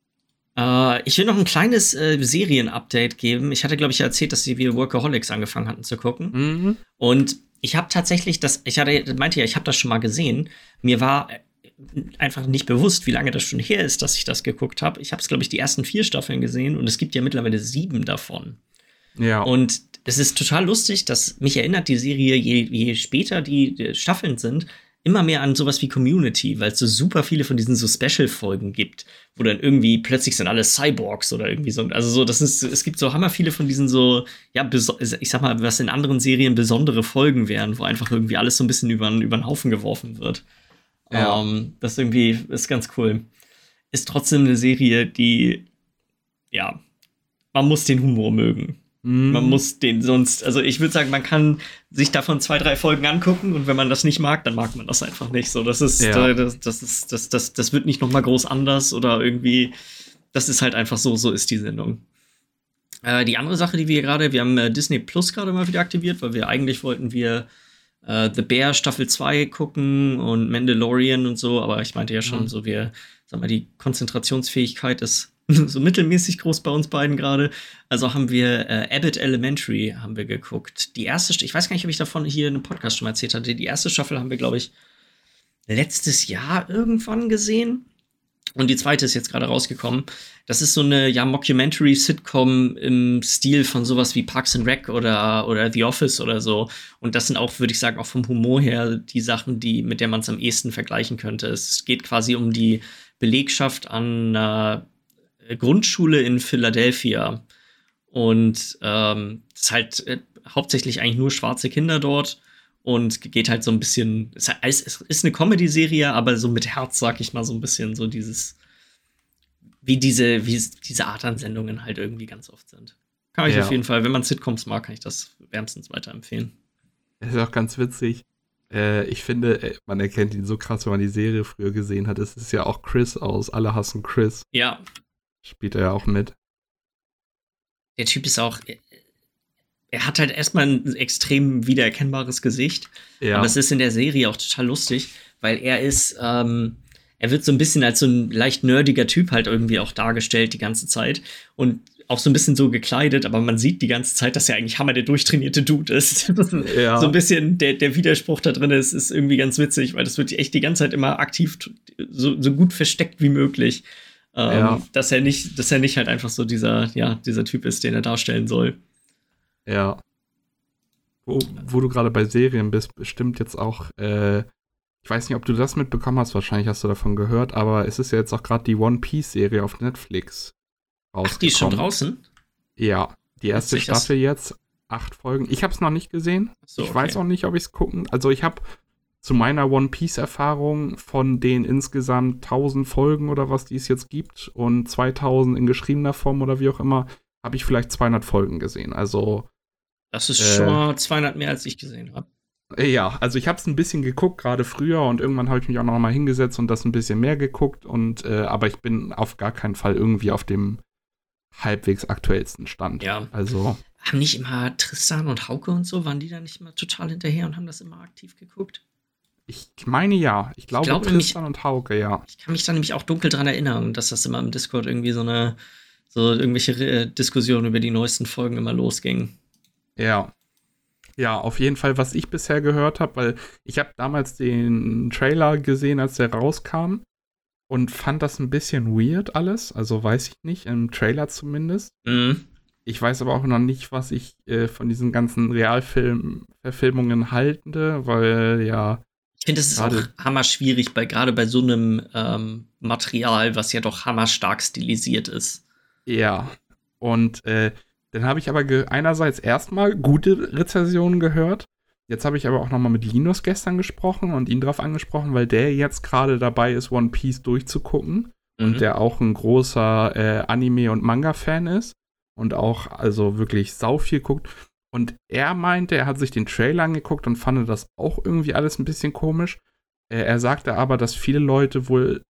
Äh, ich will noch ein kleines äh, Serien-Update geben. Ich hatte, glaube ich, erzählt, dass wir Workaholics angefangen hatten zu gucken. Mhm. Und ich habe tatsächlich das, ich hatte, meinte ja, ich habe das schon mal gesehen. Mir war einfach nicht bewusst, wie lange das schon her ist, dass ich das geguckt habe. Ich habe es, glaube ich, die ersten vier Staffeln gesehen und es gibt ja mittlerweile sieben davon. Ja. Und es ist total lustig, dass mich erinnert die Serie, je, je später die, die Staffeln sind, immer mehr an sowas wie Community, weil es so super viele von diesen so Special-Folgen gibt, wo dann irgendwie plötzlich sind alle Cyborgs oder irgendwie so. Also so, das ist, es gibt so hammer viele von diesen so, ja, beso- ich sag mal, was in anderen Serien besondere Folgen wären, wo einfach irgendwie alles so ein bisschen über den Haufen geworfen wird. Ja. Um, das irgendwie ist ganz cool. Ist trotzdem eine Serie, die, ja, man muss den Humor mögen. Mm. Man muss den sonst, also ich würde sagen, man kann sich davon zwei, drei Folgen angucken und wenn man das nicht mag, dann mag man das einfach nicht. So, das ist, ja. das, das ist, das, das, das wird nicht noch mal groß anders oder irgendwie, das ist halt einfach so, so ist die Sendung. Äh, die andere Sache, die wir gerade, wir haben äh, Disney Plus gerade mal wieder aktiviert, weil wir eigentlich wollten wir Uh, The Bear Staffel zwei gucken und Mandalorian und so, aber ich meinte ja schon, mhm. so wir, sag mal, die Konzentrationsfähigkeit ist so mittelmäßig groß bei uns beiden gerade. Also haben wir äh, Abbott Elementary haben wir geguckt. Die erste, ich weiß gar nicht, ob ich davon hier in einem Podcast schon mal erzählt hatte. Die erste Staffel haben wir, glaube ich, letztes Jahr irgendwann gesehen. Und die zweite ist jetzt gerade rausgekommen. Das ist so eine ja, Mockumentary-Sitcom im Stil von sowas wie Parks and Rec oder, oder The Office oder so. Und das sind auch, würde ich sagen, auch vom Humor her die Sachen, die, mit der man es am ehesten vergleichen könnte. Es geht quasi um die Belegschaft an einer Grundschule in Philadelphia. Und ähm, es ist halt äh, hauptsächlich eigentlich nur schwarze Kinder dort. Und geht halt so ein bisschen, es ist eine Comedy-Serie, aber so mit Herz, sag ich mal, so ein bisschen so dieses, wie diese, wie diese Art an Sendungen halt irgendwie ganz oft sind. Kann ich Ja. auf jeden Fall, wenn man Sitcoms mag, kann ich das wärmstens weiterempfehlen. Das ist auch ganz witzig. Äh, ich finde, äh, man erkennt ihn so krass, wenn man die Serie früher gesehen hat. Es ist ja auch Chris aus Alle hassen Chris. Ja, Spielt er ja auch mit. der Typ ist auch, er hat halt erstmal ein extrem wiedererkennbares Gesicht, Ja. aber es ist in der Serie auch total lustig, weil er ist, ähm, er wird so ein bisschen als so ein leicht nerdiger Typ halt irgendwie auch dargestellt die ganze Zeit und auch so ein bisschen so gekleidet, aber man sieht die ganze Zeit, dass er eigentlich hammer der durchtrainierte Dude ist. Das ist Ja. so ein bisschen der, der Widerspruch da drin ist, ist irgendwie ganz witzig, weil das wird echt die ganze Zeit immer aktiv so, so gut versteckt wie möglich. Ähm, Ja. dass er nicht, dass er nicht halt einfach so dieser, ja, dieser Typ ist, den er darstellen soll. Ja. Wo, wo du gerade bei Serien bist, bestimmt jetzt auch, äh, ich weiß nicht, ob du das mitbekommen hast, wahrscheinlich hast du davon gehört, aber es ist ja jetzt auch gerade die One Piece-Serie auf Netflix rausgekommen. Ach, die ist schon draußen? Ja, die erste Witzig, das- Staffel jetzt, acht Folgen. Ich habe es noch nicht gesehen. So, ich okay. weiß auch nicht, ob ich es gucken. Also ich habe zu meiner One Piece-Erfahrung von den insgesamt tausend Folgen oder was, die es jetzt gibt und zweitausend in geschriebener Form oder wie auch immer, habe ich vielleicht zweihundert Folgen gesehen. Also Das ist Äh. schon mal zweihundert mehr, als ich gesehen habe. äh, ja, also ich habe es ein bisschen geguckt, gerade früher und irgendwann habe ich mich auch noch mal hingesetzt und das ein bisschen mehr geguckt und äh, aber ich bin auf gar keinen Fall irgendwie auf dem halbwegs aktuellsten Stand. Ja. Also Haben nicht immer Tristan und Hauke und so, waren die da nicht immer total hinterher und haben das immer aktiv geguckt? ich meine ja, ich glaube glaube nämlich- Tristan und Hauke, ja. Ich kann mich da nämlich auch dunkel dran erinnern, dass das immer im Discord irgendwie so eine, so irgendwelche äh, Diskussionen über die neuesten Folgen immer losging. Ja. Ja, auf jeden Fall, was ich bisher gehört habe, weil ich habe damals den Trailer gesehen, als der rauskam und fand das ein bisschen weird alles, also weiß ich nicht, im Trailer zumindest. Mhm. Ich weiß aber auch noch nicht, was ich äh, von diesen ganzen Realfilm-Verfilmungen halte, weil ja, Ich finde, es ist Gerade- auch hammer schwierig, bei, gerade bei so einem ähm, Material, was ja doch hammer stark stilisiert ist. ja. Und äh, dann habe ich aber ge- einerseits erstmal gute Rezensionen gehört. Jetzt habe ich aber auch noch mal mit Linus gestern gesprochen und ihn drauf angesprochen, weil der jetzt gerade dabei ist, One Piece durchzugucken. Und Mhm. der auch ein großer äh, Anime- und Manga-Fan ist. Und auch also wirklich sau viel guckt. Und er meinte, er hat sich den Trailer angeguckt und fand das auch irgendwie alles ein bisschen komisch. Äh, er sagte aber, dass viele Leute wohl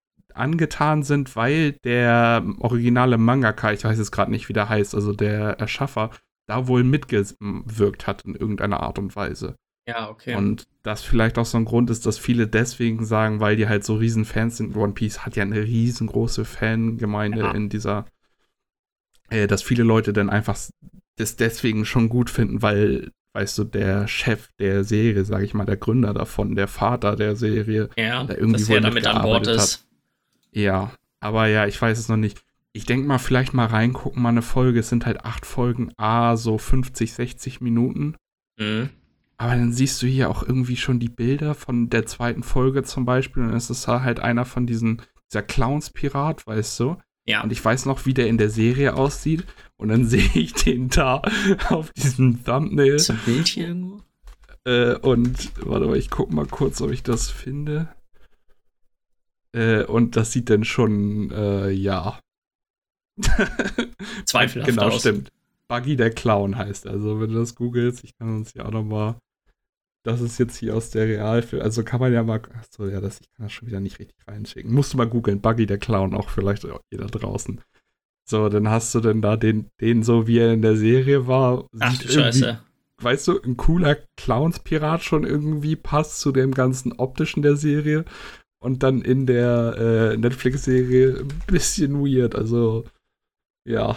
angetan sind, weil der originale Mangaka, ich weiß jetzt gerade nicht, wie der heißt, also der Erschaffer, da wohl mitgewirkt hat in irgendeiner Art und Weise. Ja, okay. Und das vielleicht auch so ein Grund ist, dass viele deswegen sagen, weil die halt so riesen Fans sind. One Piece hat ja eine riesengroße Fangemeinde Ja. in dieser, äh, dass viele Leute dann einfach das deswegen schon gut finden, weil, weißt du, der Chef der Serie, sage ich mal, der Gründer davon, der Vater der Serie, ja, da irgendwie dass er wohl damit an Bord mitgearbeitet ist. ja, aber ja, ich weiß es noch nicht. Ich denke mal, vielleicht mal reingucken, mal eine Folge. Es sind halt acht Folgen, ah, so fünfzig, sechzig Minuten. Mhm. Aber dann siehst du hier auch irgendwie schon die Bilder von der zweiten Folge zum Beispiel. Und es ist halt einer von diesen, dieser Clownspirat, weißt du? Ja. Und ich weiß noch, wie der in der Serie aussieht. Und dann sehe ich den da auf diesem Thumbnail. Ist ein Bild hier irgendwo? Äh, und warte mal, ich guck mal kurz, ob ich das finde. Äh, und das sieht dann schon, äh, ja. Zweifelhaft Genau, aus. stimmt. Buggy der Clown heißt er. Also, wenn du das googelst, ich kann uns ja auch noch mal. Das ist jetzt hier aus der Realfilm. Also kann man ja mal. Achso, ja, das, ich kann das schon wieder nicht richtig reinschicken. Musst du mal googeln. Buggy der Clown, auch vielleicht auch jeder draußen. So, dann hast du denn da den, den so wie er in der Serie war. Ach sieht du irgendwie- Scheiße. Weißt du, ein cooler Clownspirat schon irgendwie passt zu dem ganzen optischen der Serie. Und dann in der äh, Netflix-Serie ein bisschen weird. Also, ja.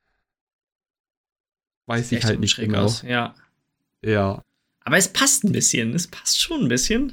Weiß ich Echt halt nicht schräg genau. aus, ja. Ja. Aber es passt ein bisschen. Es passt schon ein bisschen.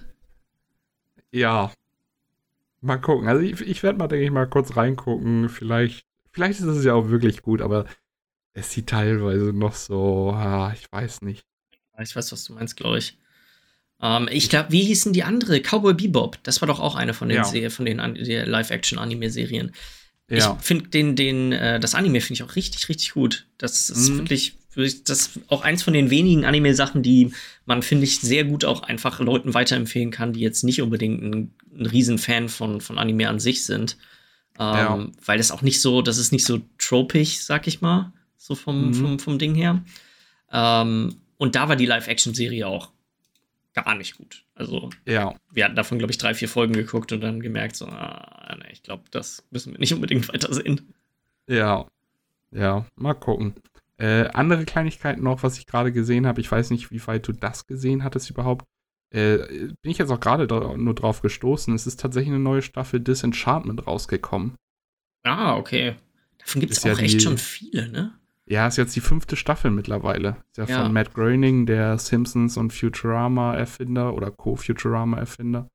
Ja. Mal gucken. Also ich, ich werde mal, denke ich, mal kurz reingucken. Vielleicht, vielleicht ist es ja auch wirklich gut, aber es sieht teilweise noch so, ah, ich weiß nicht. Ich weiß, was du meinst, glaube ich. Ähm, ich glaube, wie hießen die andere? Cowboy Bebop. Das war doch auch eine von den, Ja. Se- von den An- der Live-Action-Anime-Serien. Ja. Ich finde den, den, äh, das Anime finde ich auch richtig, richtig gut. Das ist Mhm. wirklich, wirklich- das ist auch eins von den wenigen Anime-Sachen, die man, finde ich, sehr gut auch einfach Leuten weiterempfehlen kann, die jetzt nicht unbedingt ein, ein Riesenfan von, von Anime an sich sind. Ähm, Ja. Weil das auch nicht so, das ist nicht so tropig, sag ich mal. so vom, Mhm. vom, vom Ding her. Ähm, und da war die Live-Action-Serie auch gar nicht gut. Also, Ja. wir hatten davon, glaube ich, drei, vier Folgen geguckt und dann gemerkt, so, ah, nee, ich glaube, das müssen wir nicht unbedingt weitersehen. Ja. Ja, mal gucken. Äh, andere Kleinigkeiten noch, was ich gerade gesehen habe. Ich weiß nicht, wie weit du das gesehen hattest überhaupt. Äh, bin ich jetzt auch gerade dra- nur drauf gestoßen. Es ist tatsächlich eine neue Staffel Disenchantment rausgekommen. Ah, okay. Davon gibt es Ist ja auch echt die- schon viele, ne? Ja, ist jetzt die fünfte Staffel mittlerweile. Ist ja, Ja. von Matt Groening, der Simpsons und Futurama-Erfinder oder Co-Futurama-Erfinder.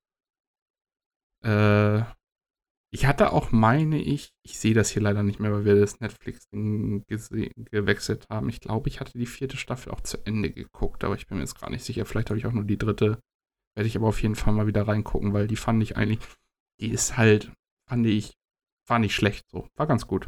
Äh, ich hatte auch, meine ich, ich sehe das hier leider nicht mehr, weil wir das Netflix-Ding gese- gewechselt haben. Ich glaube, ich hatte die vierte Staffel auch zu Ende geguckt, aber ich bin mir jetzt gar nicht sicher. Vielleicht habe ich auch nur die dritte. Werde ich aber auf jeden Fall mal wieder reingucken, weil die fand ich eigentlich, die ist halt, fand ich, war nicht schlecht so. War ganz gut.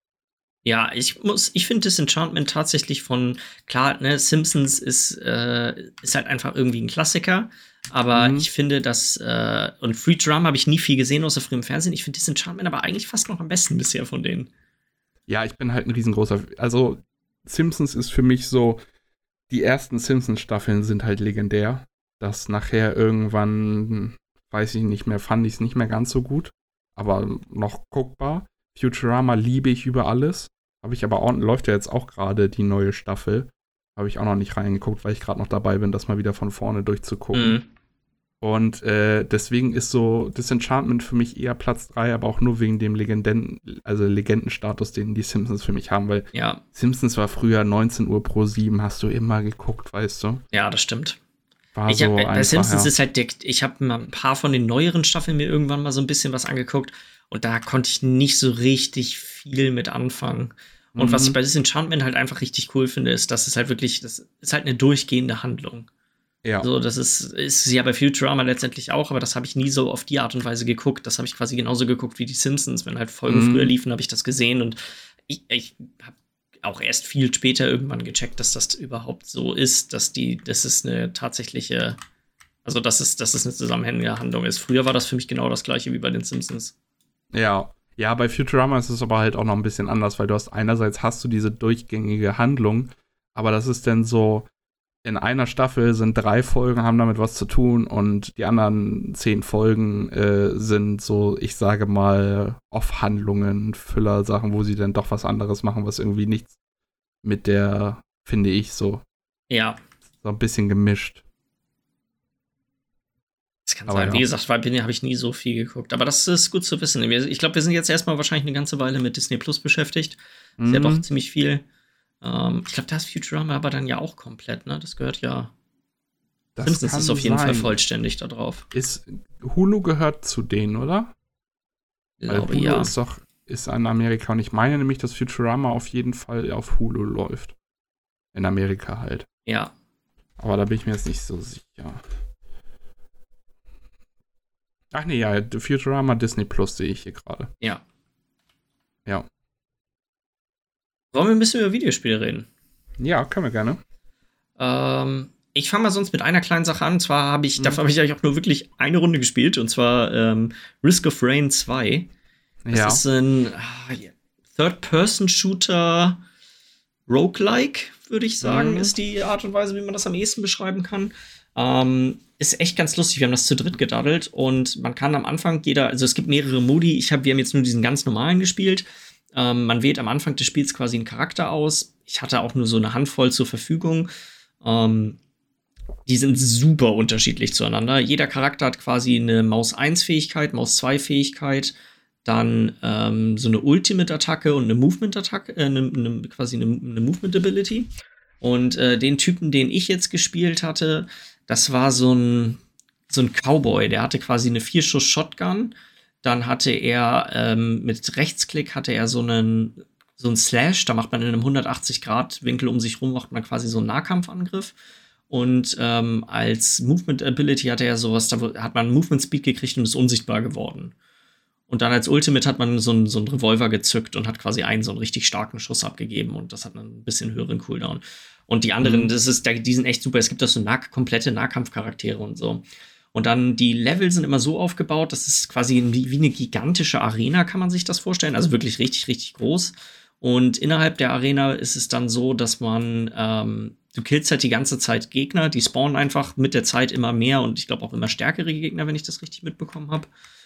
Ja, ich muss, ich finde Disenchantment tatsächlich von, klar, ne, Simpsons ist, äh, ist halt einfach irgendwie ein Klassiker, aber Mhm. ich finde, dass, äh, und Futurama habe ich nie viel gesehen, außer früher im Fernsehen. Ich finde Disenchantment aber eigentlich fast noch am besten bisher von denen. Ja, ich bin halt ein riesengroßer, also Simpsons ist für mich so, die ersten Simpsons-Staffeln sind halt legendär. Das nachher irgendwann, weiß ich nicht mehr, fand ich es nicht mehr ganz so gut, aber noch guckbar. Futurama liebe ich über alles. Habe ich aber auch, läuft ja jetzt auch gerade die neue Staffel. Habe ich auch noch nicht reingeguckt, weil ich gerade noch dabei bin, das mal wieder von vorne durchzugucken. Mhm. Und äh, deswegen ist so Disenchantment für mich eher Platz drei, aber auch nur wegen dem Legenden, also Legendenstatus, den die Simpsons für mich haben, weil Ja, Simpsons war früher neunzehn Uhr pro sieben, hast du immer geguckt, weißt du? ja, das stimmt. War Ich hab, so bei einfach, Simpsons ja. ist halt, der, ich habe mal ein paar von den neueren Staffeln mir irgendwann mal so ein bisschen was angeguckt und da konnte ich nicht so richtig viel mit anfangen. Und Mhm. was ich bei Disenchantment halt einfach richtig cool finde, ist, dass es halt wirklich, das ist halt eine durchgehende Handlung. Ja. So, das ist, ist ja bei Futurama letztendlich auch, aber das habe ich nie so auf die Art und Weise geguckt. Das habe ich quasi genauso geguckt wie die Simpsons. Wenn halt Folgen Mhm. früher liefen, habe ich das gesehen und ich, ich habe auch erst viel später irgendwann gecheckt, dass das überhaupt so ist, dass die, das ist eine tatsächliche, also dass es, dass es eine zusammenhängende Handlung ist. Früher war das für mich genau das gleiche wie bei den Simpsons. Ja. Ja, bei Futurama ist es aber halt auch noch ein bisschen anders, weil du hast einerseits hast du diese durchgängige Handlung, aber das ist dann so, in einer Staffel sind drei Folgen, haben damit was zu tun und die anderen zehn Folgen äh, sind so, ich sage mal, Off-Handlungen, Füller-Sachen, wo sie dann doch was anderes machen, was irgendwie nichts mit der, finde ich, so, Ja, so ein bisschen gemischt. das kann Aber sein. ja. Wie gesagt, weil bin habe ich nie so viel geguckt. Aber das ist gut zu wissen. Wir- Ich glaube, wir sind jetzt erstmal wahrscheinlich eine ganze Weile mit Disney Plus beschäftigt. Ist ja Mhm. doch ziemlich viel. Ähm, ich glaube, da ist Futurama aber dann ja auch komplett, ne? Das gehört ja. Das Simpsons kann ist auf jeden sein. Fall vollständig da drauf. Ist, Hulu gehört zu denen, oder? Ich Weil glaube, Hulu ja. ist doch, ist in Amerika und ich meine nämlich, dass Futurama auf jeden Fall auf Hulu läuft. In Amerika halt. Ja. Aber da bin ich mir jetzt nicht so sicher. Ach nee, ja, Futurama Disney Plus sehe ich hier gerade. Ja. Ja. Wollen wir ein bisschen über Videospiele reden? Ja, können wir gerne. Ähm, ich fange mal sonst mit einer kleinen Sache an. Und zwar habe ich, Mhm. dafür habe ich eigentlich auch nur wirklich eine Runde gespielt. Und zwar ähm, Risk of Rain zwei. Das Ja. ist ein ah, Third-Person-Shooter Roguelike, würde ich sagen, Mhm. ist die Art und Weise, wie man das am ehesten beschreiben kann. Ähm, ist echt ganz lustig. Wir haben das zu dritt gedaddelt und man kann am Anfang jeder, also es gibt mehrere Modi. Ich hab, wir haben jetzt nur diesen ganz normalen gespielt. Ähm, man wählt am Anfang des Spiels quasi einen Charakter aus. Ich hatte auch nur so eine Handvoll zur Verfügung. Ähm, die sind super unterschiedlich zueinander. Jeder Charakter hat quasi eine Maus eins Fähigkeit, Maus zwei Fähigkeit, dann ähm, so eine Ultimate-Attacke und eine Movement-Attacke, äh, eine, eine, quasi eine, eine Movement-Ability. Und äh, den Typen, den ich jetzt gespielt hatte, das war so ein, so ein Cowboy. Der hatte quasi eine Vier-Schuss-Shotgun. Dann hatte er ähm, mit Rechtsklick hatte er so einen, so einen Slash. Da macht man in einem hundertachtzig Grad Winkel um sich rum, macht man quasi so einen Nahkampfangriff. Und ähm, als Movement Ability hatte er sowas, da hat man Movement Speed gekriegt und ist unsichtbar geworden. Und dann als Ultimate hat man so einen, so einen Revolver gezückt und hat quasi einen so einen richtig starken Schuss abgegeben und das hat einen ein bisschen höheren Cooldown. Und die anderen, Mhm. das ist, die sind echt super. Es gibt auch so nah, komplette Nahkampfcharaktere und so. Und dann die Level sind immer so aufgebaut, das ist quasi wie eine gigantische Arena, kann man sich das vorstellen. Also wirklich richtig, richtig groß. Und innerhalb der Arena ist es dann so, dass man, ähm, du killst halt die ganze Zeit Gegner, die spawnen einfach mit der Zeit immer mehr und ich glaube auch immer stärkere Gegner, wenn ich das richtig mitbekommen habe.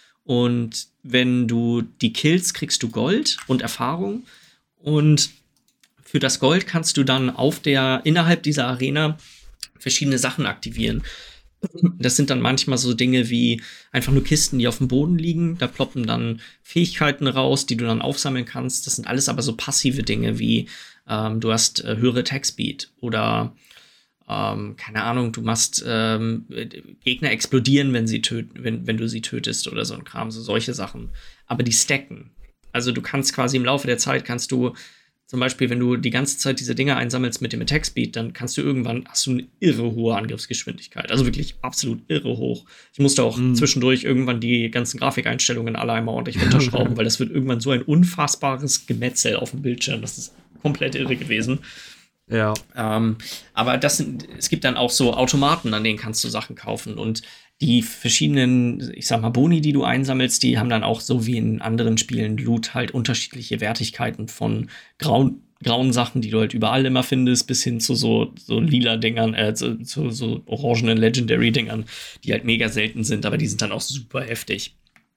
Und wenn du die killst, kriegst du Gold und Erfahrung. Und für das Gold kannst du dann auf der, innerhalb dieser Arena verschiedene Sachen aktivieren. Das sind dann manchmal so Dinge wie einfach nur Kisten, die auf dem Boden liegen. Da ploppen dann Fähigkeiten raus, die du dann aufsammeln kannst. Das sind alles aber so passive Dinge wie ähm, du hast äh, höhere Attack-Speed oder ähm, keine Ahnung, du machst ähm, Gegner explodieren, wenn sie töten, wenn, wenn du sie tötest oder so ein Kram, so solche Sachen. Aber die stacken. Also du kannst quasi im Laufe der Zeit kannst du zum Beispiel, wenn du die ganze Zeit diese Dinger einsammelst mit dem Attack Speed, dann kannst du irgendwann, hast du eine irre hohe Angriffsgeschwindigkeit. Also wirklich absolut irre hoch. Ich musste auch mm. zwischendurch irgendwann die ganzen Grafikeinstellungen alle einmal ordentlich runterschrauben, weil das wird irgendwann so ein unfassbares Gemetzel auf dem Bildschirm. Das ist komplett irre gewesen. Ja. Ähm, aber das sind, es gibt dann auch so Automaten, an denen kannst du Sachen kaufen. Und die verschiedenen, ich sag mal, Boni, die du einsammelst, die haben dann auch so wie in anderen Spielen Loot halt unterschiedliche Wertigkeiten von grauen, grauen Sachen, die du halt überall immer findest, bis hin zu so, so lila Dingern, äh, zu, zu so orangenen Legendary-Dingern, die halt mega selten sind, aber die sind dann auch super heftig.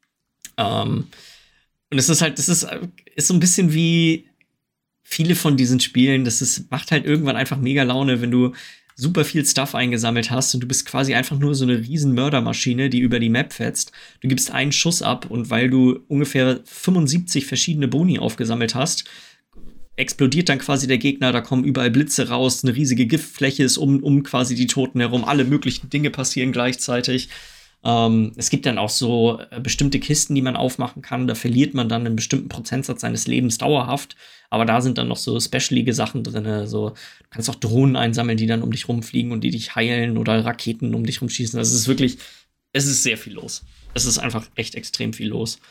Ähm, und es ist halt, das ist, ist so ein bisschen wie viele von diesen Spielen, das ist, macht halt irgendwann einfach mega Laune, wenn du super viel Stuff eingesammelt hast und du bist quasi einfach nur so eine riesen Mördermaschine, die über die Map fetzt. Du gibst einen Schuss ab und weil du ungefähr fünfundsiebzig verschiedene Boni aufgesammelt hast, explodiert dann quasi der Gegner, da kommen überall Blitze raus, eine riesige Giftfläche ist um, um quasi die Toten herum, alle möglichen Dinge passieren gleichzeitig. Ähm, es gibt dann auch so äh, bestimmte Kisten, die man aufmachen kann, da verliert man dann einen bestimmten Prozentsatz seines Lebens dauerhaft, aber da sind dann noch so specialige Sachen drin, so, du kannst auch Drohnen einsammeln, die dann um dich rumfliegen und die dich heilen oder Raketen um dich rumschießen, also es ist wirklich, es ist sehr viel los. Es ist einfach echt extrem viel los.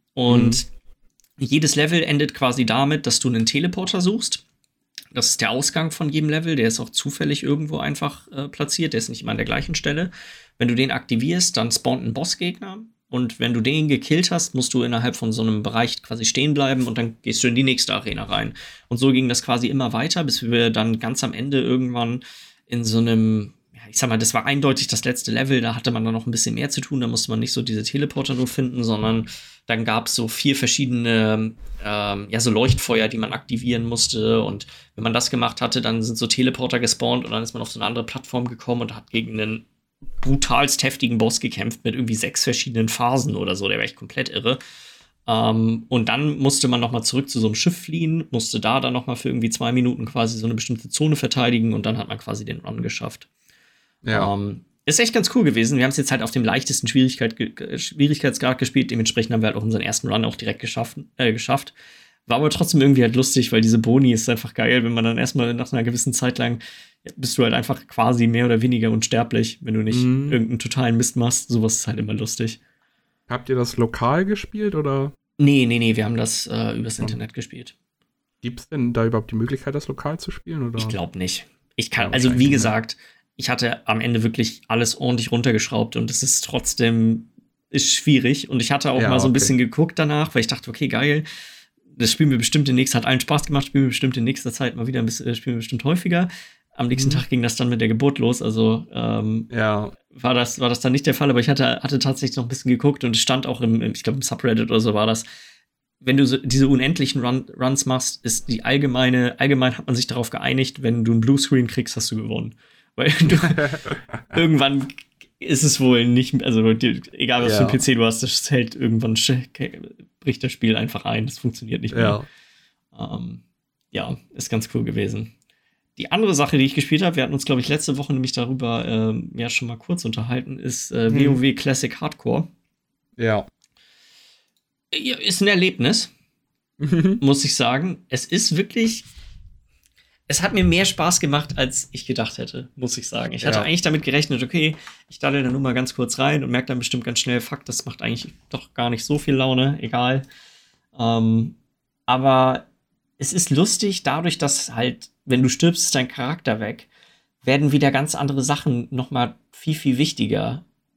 Und mhm. jedes Level endet quasi damit, dass du einen Teleporter suchst. Das ist der Ausgang von jedem Level, der ist auch zufällig irgendwo einfach äh, platziert, der ist nicht immer an der gleichen Stelle. Wenn du den aktivierst, dann spawnt ein Bossgegner und wenn du den gekillt hast, musst du innerhalb von so einem Bereich quasi stehen bleiben und dann gehst du in die nächste Arena rein. Und so ging das quasi immer weiter, bis wir dann ganz am Ende irgendwann in so einem, ja, ich sag mal, das war eindeutig das letzte Level, da hatte man dann noch ein bisschen mehr zu tun, da musste man nicht so diese Teleporter nur finden, sondern dann gab es so vier verschiedene, ähm, ja, so Leuchtfeuer, die man aktivieren musste. Und wenn man das gemacht hatte, dann sind so Teleporter gespawnt und dann ist man auf so eine andere Plattform gekommen und hat gegen einen brutalst heftigen Boss gekämpft mit irgendwie sechs verschiedenen Phasen oder so. Der war echt komplett irre. Ähm, und dann musste man noch mal zurück zu so einem Schiff fliehen, musste da dann noch mal für irgendwie zwei Minuten quasi so eine bestimmte Zone verteidigen und dann hat man quasi den Run geschafft. Ja. Ähm, Ist echt ganz cool gewesen. Wir haben es jetzt halt auf dem leichtesten Schwierigkeit ge- Schwierigkeitsgrad gespielt. Dementsprechend haben wir halt auch unseren ersten Run auch direkt geschafft, äh, geschafft. War aber trotzdem irgendwie halt lustig, weil diese Boni ist einfach geil, wenn man dann erstmal nach einer gewissen Zeit lang bist du halt einfach quasi mehr oder weniger unsterblich, wenn du nicht mhm. irgendeinen totalen Mist machst. Sowas ist halt immer lustig. Habt ihr das lokal gespielt oder? Nee, nee, nee, wir haben das äh, übers oh. Internet gespielt. Gibt es denn da überhaupt die Möglichkeit, das lokal zu spielen? Oder? Ich glaube nicht. Ich kann, ja, also wie gesagt, ich hatte am Ende wirklich alles ordentlich runtergeschraubt und es ist trotzdem ist schwierig. Und ich hatte auch ja, mal so ein okay. bisschen geguckt danach, weil ich dachte, okay, geil, das spielen wir bestimmt demnächst, hat allen Spaß gemacht, spielen wir bestimmt in nächster Zeit mal wieder ein bisschen, spielen wir bestimmt häufiger. Am nächsten mhm. Tag ging das dann mit der Geburt los, also ähm, ja. war das, war das dann nicht der Fall, aber ich hatte, hatte tatsächlich noch ein bisschen geguckt und es stand auch im, im ich glaube im Subreddit oder so war das, wenn du so diese unendlichen Run, Runs machst, ist die allgemeine, allgemein hat man sich darauf geeinigt, wenn du einen Bluescreen kriegst, hast du gewonnen. Weil du irgendwann ist es wohl nicht, also egal was ja. für ein P C du hast, das hält irgendwann, bricht das Spiel einfach ein, das funktioniert nicht mehr. Ja, ähm, ja ist ganz cool gewesen. Die andere Sache, die ich gespielt habe, wir hatten uns, glaube ich, letzte Woche nämlich darüber ähm, ja schon mal kurz unterhalten, ist äh, hm. WoW Classic Hardcore. Ja. Ist ein Erlebnis, muss ich sagen. Es ist wirklich, es hat mir mehr Spaß gemacht, als ich gedacht hätte, muss ich sagen. Ich hatte ja. eigentlich damit gerechnet, okay, ich daddel da nur mal ganz kurz rein und merke dann bestimmt ganz schnell, fuck, das macht eigentlich doch gar nicht so viel Laune, egal. Ähm, aber es ist lustig, dadurch, dass halt, wenn du stirbst, ist dein Charakter weg, werden wieder ganz andere Sachen noch mal viel, viel wichtiger.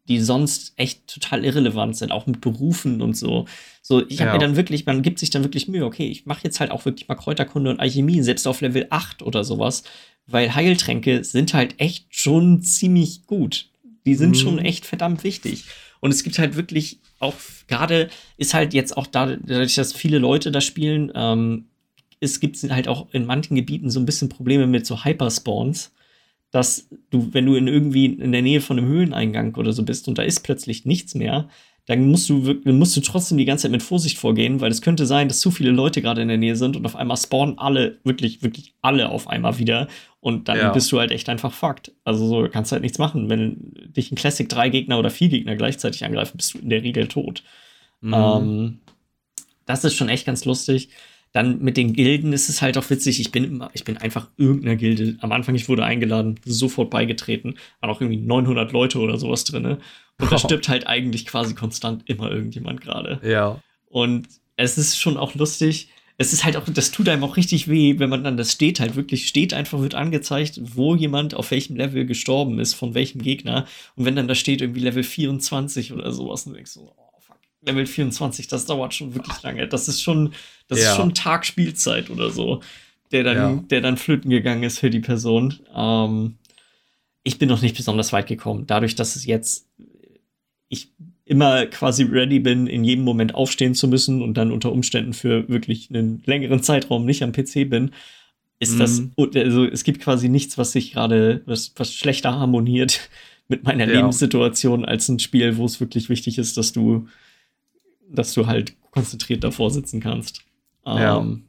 die sonst echt total irrelevant sind, auch mit Berufen und so. So, ich habe Ja. mir dann wirklich, man gibt sich dann wirklich Mühe, okay, ich mache jetzt halt auch wirklich mal Kräuterkunde und Alchemie, selbst auf Level acht oder sowas, weil Heiltränke sind halt echt schon ziemlich gut. Die sind Mhm. schon echt verdammt wichtig. Und es gibt halt wirklich auch, gerade ist halt jetzt auch da- dadurch, dass viele Leute das spielen, ähm, es gibt halt auch in manchen Gebieten so ein bisschen Probleme mit so Hyperspawns, dass du, wenn du in irgendwie in der Nähe von einem Höhleneingang oder so bist und da ist plötzlich nichts mehr, dann musst du wirklich, musst du trotzdem die ganze Zeit mit Vorsicht vorgehen, weil es könnte sein, dass zu viele Leute gerade in der Nähe sind und auf einmal spawnen alle, wirklich, wirklich alle auf einmal wieder und dann Ja. bist du halt echt einfach fucked. Also so kannst du halt nichts machen. Wenn dich ein Classic drei Gegner oder vier Gegner gleichzeitig angreifen, bist du in der Regel tot. Mhm. Ähm, das ist schon echt ganz lustig. Dann mit den Gilden ist es halt auch witzig. Ich bin immer, ich bin einfach irgendeiner Gilde. Am Anfang, ich wurde eingeladen, sofort beigetreten. Waren auch irgendwie neunhundert Leute oder sowas drin. Und da Oh. stirbt halt eigentlich quasi konstant immer irgendjemand gerade. Ja. Und es ist schon auch lustig. Es ist halt auch, das tut einem auch richtig weh, wenn man dann das steht, halt wirklich steht, einfach wird angezeigt, wo jemand auf welchem Level gestorben ist, von welchem Gegner. Und wenn dann da steht irgendwie Level vierundzwanzig oder sowas, dann denkst du so, oh fuck, Level vierundzwanzig, das dauert schon wirklich lange. Das ist schon, das Ja. ist schon ein Tag Spielzeit oder so, der dann, Ja. der dann flöten gegangen ist für die Person. Ähm, ich bin noch nicht besonders weit gekommen. Dadurch, dass es jetzt ich immer quasi ready bin, in jedem Moment aufstehen zu müssen und dann unter Umständen für wirklich einen längeren Zeitraum nicht am P C bin, ist Mhm. das, also es gibt quasi nichts, was sich gerade, was, was schlechter harmoniert mit meiner Ja. Lebenssituation als ein Spiel, wo es wirklich wichtig ist, dass du, dass du halt konzentriert davor sitzen kannst. Ja. Ähm,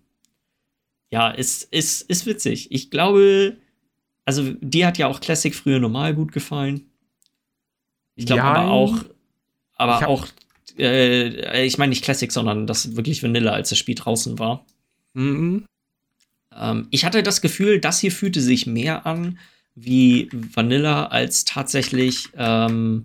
ja, ist, ist, ist witzig. Ich glaube, also dir hat ja auch Classic früher normal gut gefallen. Ich glaube aber Jein. auch, aber Ich hab- auch, äh, ich meine nicht Classic, sondern das wirklich Vanilla, als das Spiel draußen war. Mhm. Ähm, ich hatte das Gefühl, das hier fühlte sich mehr an wie Vanilla als tatsächlich ähm,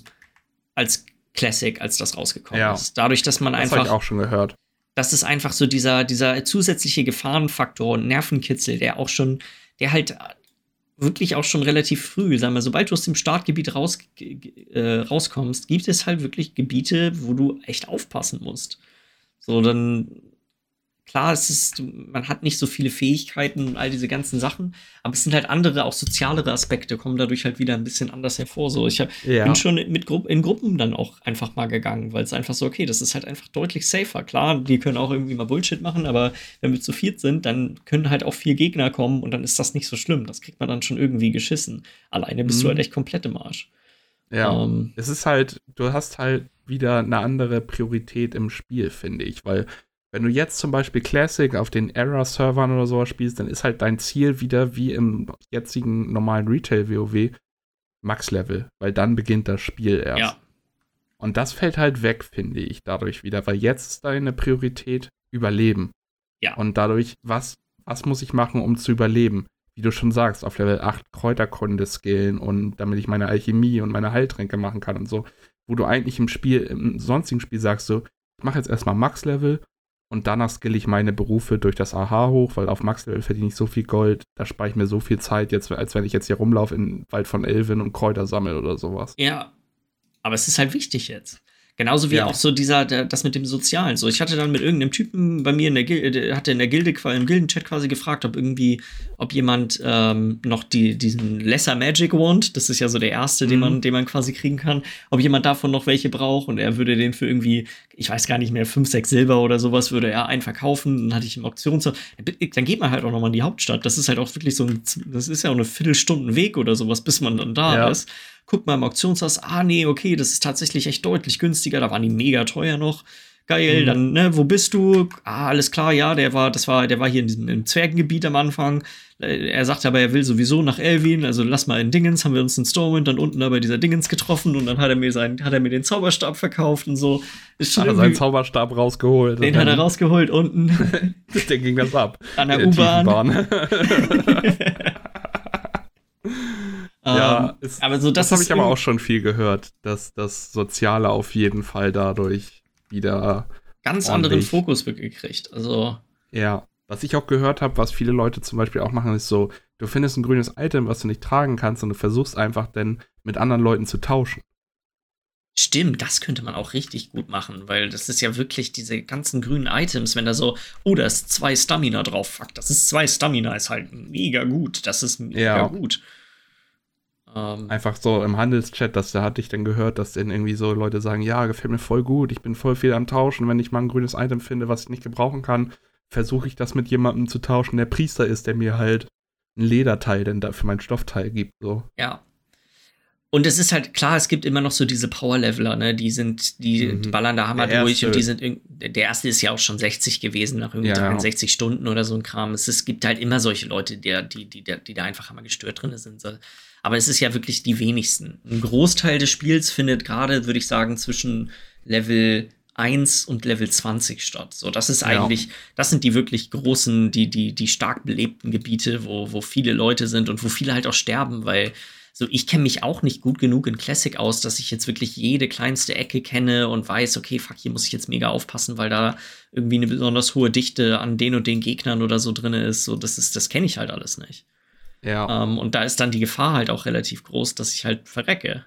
als Classic, als das rausgekommen Ja. ist. Dadurch, dass man Das habe ich einfach, auch schon gehört. das ist einfach so dieser, dieser zusätzliche Gefahrenfaktor und Nervenkitzel, der auch schon, der halt wirklich auch schon relativ früh, sagen wir, sobald du aus dem Startgebiet raus, äh, rauskommst, gibt es halt wirklich Gebiete, wo du echt aufpassen musst. So, dann, klar, es ist, man hat nicht so viele Fähigkeiten und all diese ganzen Sachen, aber es sind halt andere, auch sozialere Aspekte, kommen dadurch halt wieder ein bisschen anders hervor. So, ich hab, Ja. bin schon mit Gru in Gruppen dann auch einfach mal gegangen, weil es einfach so, okay, das ist halt einfach deutlich safer. Klar, die können auch irgendwie mal Bullshit machen, aber wenn wir zu viert sind, dann können halt auch vier Gegner kommen und dann ist das nicht so schlimm. Das kriegt man dann schon irgendwie geschissen. Alleine bist Mhm. du halt echt komplett im Arsch. Ja. Ähm, Es ist halt, du hast halt wieder eine andere Priorität im Spiel, finde ich, weil wenn du jetzt zum Beispiel Classic auf den Era-Servern oder sowas spielst, dann ist halt dein Ziel wieder wie im jetzigen normalen Retail-WoW Max-Level, weil dann beginnt das Spiel erst. ja, Und das fällt halt weg, finde ich, dadurch wieder, weil jetzt ist deine Priorität Überleben. Ja. Und dadurch, was, was muss ich machen, um zu überleben? Wie du schon sagst, auf Level acht Kräuterkunde skillen und damit ich meine Alchemie und meine Heiltränke machen kann und so. Wo du eigentlich im Spiel, im sonstigen Spiel sagst so, ich mache jetzt erstmal Max-Level und danach skill ich meine Berufe durch das A H hoch, weil auf Max-Level verdiene ich so viel Gold, da spare ich mir so viel Zeit, jetzt, als wenn ich jetzt hier rumlaufe in Wald von Elven und Kräuter sammle oder sowas. ja. Aber es ist halt wichtig jetzt. Genauso wie Ja. auch so dieser, der, das mit dem Sozialen. So, ich hatte dann mit irgendeinem Typen bei mir in der Gilde, hatte in der Gilde, im Gildenchat quasi gefragt, ob irgendwie, ob jemand ähm, noch die, diesen Lesser Magic Wand, das ist ja so der erste, den Mhm. man, den man quasi kriegen kann, ob jemand davon noch welche braucht und er würde den für irgendwie, ich weiß gar nicht mehr, fünf, sechs Silber oder sowas, würde er einen verkaufen. Dann hatte ich im Auktions, dann geht man halt auch noch mal in die Hauptstadt. Das ist halt auch wirklich so ein, das ist ja auch eine Viertelstunden Weg oder sowas, bis man dann da Ja. ist. Guck mal im Auktionshaus, ah nee, okay, das ist tatsächlich echt deutlich günstiger, da waren die mega teuer noch. Geil, Mhm. dann, ne, wo bist du? Ah, alles klar, ja, der war, das war, der war hier in diesem im Zwergengebiet am Anfang. Äh, Er sagte aber, er will sowieso nach Elvin, also lass mal in Dingens, haben wir uns in Stormwind dann unten da bei dieser Dingens getroffen und dann hat er mir seinen, hat er mir den Zauberstab verkauft und so. Ist schon Hat er seinen irgendwie, Zauberstab rausgeholt. den und hat er dann- rausgeholt unten Dann ging das ab. an der In U-Bahn. Tiefenbahn. Ja, Ähm, ist- aber so, das, Das habe ist ich aber irgendwie auch schon viel gehört, dass das Soziale auf jeden Fall dadurch wieder, ganz anderen ordentlich. Fokus gekriegt. Also, ja. Was ich auch gehört habe, was viele Leute zum Beispiel auch machen, ist so, du findest ein grünes Item, was du nicht tragen kannst und du versuchst einfach dann mit anderen Leuten zu tauschen. Stimmt, das könnte man auch richtig gut machen, weil das ist ja wirklich diese ganzen grünen Items, wenn da so, oh, da ist zwei Stamina drauf. Fuck, das ist zwei Stamina, ist halt mega gut. Das ist mega Ja. gut. Ähm, Einfach so im Handelschat, das, da hatte ich dann gehört, dass dann irgendwie so Leute sagen, ja, gefällt mir voll gut, ich bin voll viel am Tauschen, wenn ich mal ein grünes Item finde, was ich nicht gebrauchen kann, versuche ich das mit jemandem zu tauschen, der Priester ist, der mir halt ein Lederteil denn da für mein Stoffteil gibt, so. ja. Und es ist halt klar, es gibt immer noch so diese Power-Leveler, ne? Die sind, die Mhm. ballern da Hammer Der durch erste- und die sind irg- der erste ist ja auch schon sechzig gewesen, nach irgendwie Ja, ja. dreiundsechzig Stunden oder so ein Kram. Es, es gibt halt immer solche Leute, die, die, die, die, die da einfach hammer gestört drin sind. So. Aber es ist ja wirklich die wenigsten. Ein Großteil des Spiels findet gerade, würde ich sagen, zwischen Level eins und Level zwanzig statt. So, das ist Ja. eigentlich, das sind die wirklich großen, die, die, die stark belebten Gebiete, wo, wo viele Leute sind und wo viele halt auch sterben, weil so, ich kenne mich auch nicht gut genug in Classic aus, dass ich jetzt wirklich jede kleinste Ecke kenne und weiß, okay, fuck, hier muss ich jetzt mega aufpassen, weil da irgendwie eine besonders hohe Dichte an den und den Gegnern oder so drin ist. So, das ist, das kenne ich halt alles nicht. Ja. Ähm, und da ist dann die Gefahr halt auch relativ groß, dass ich halt verrecke.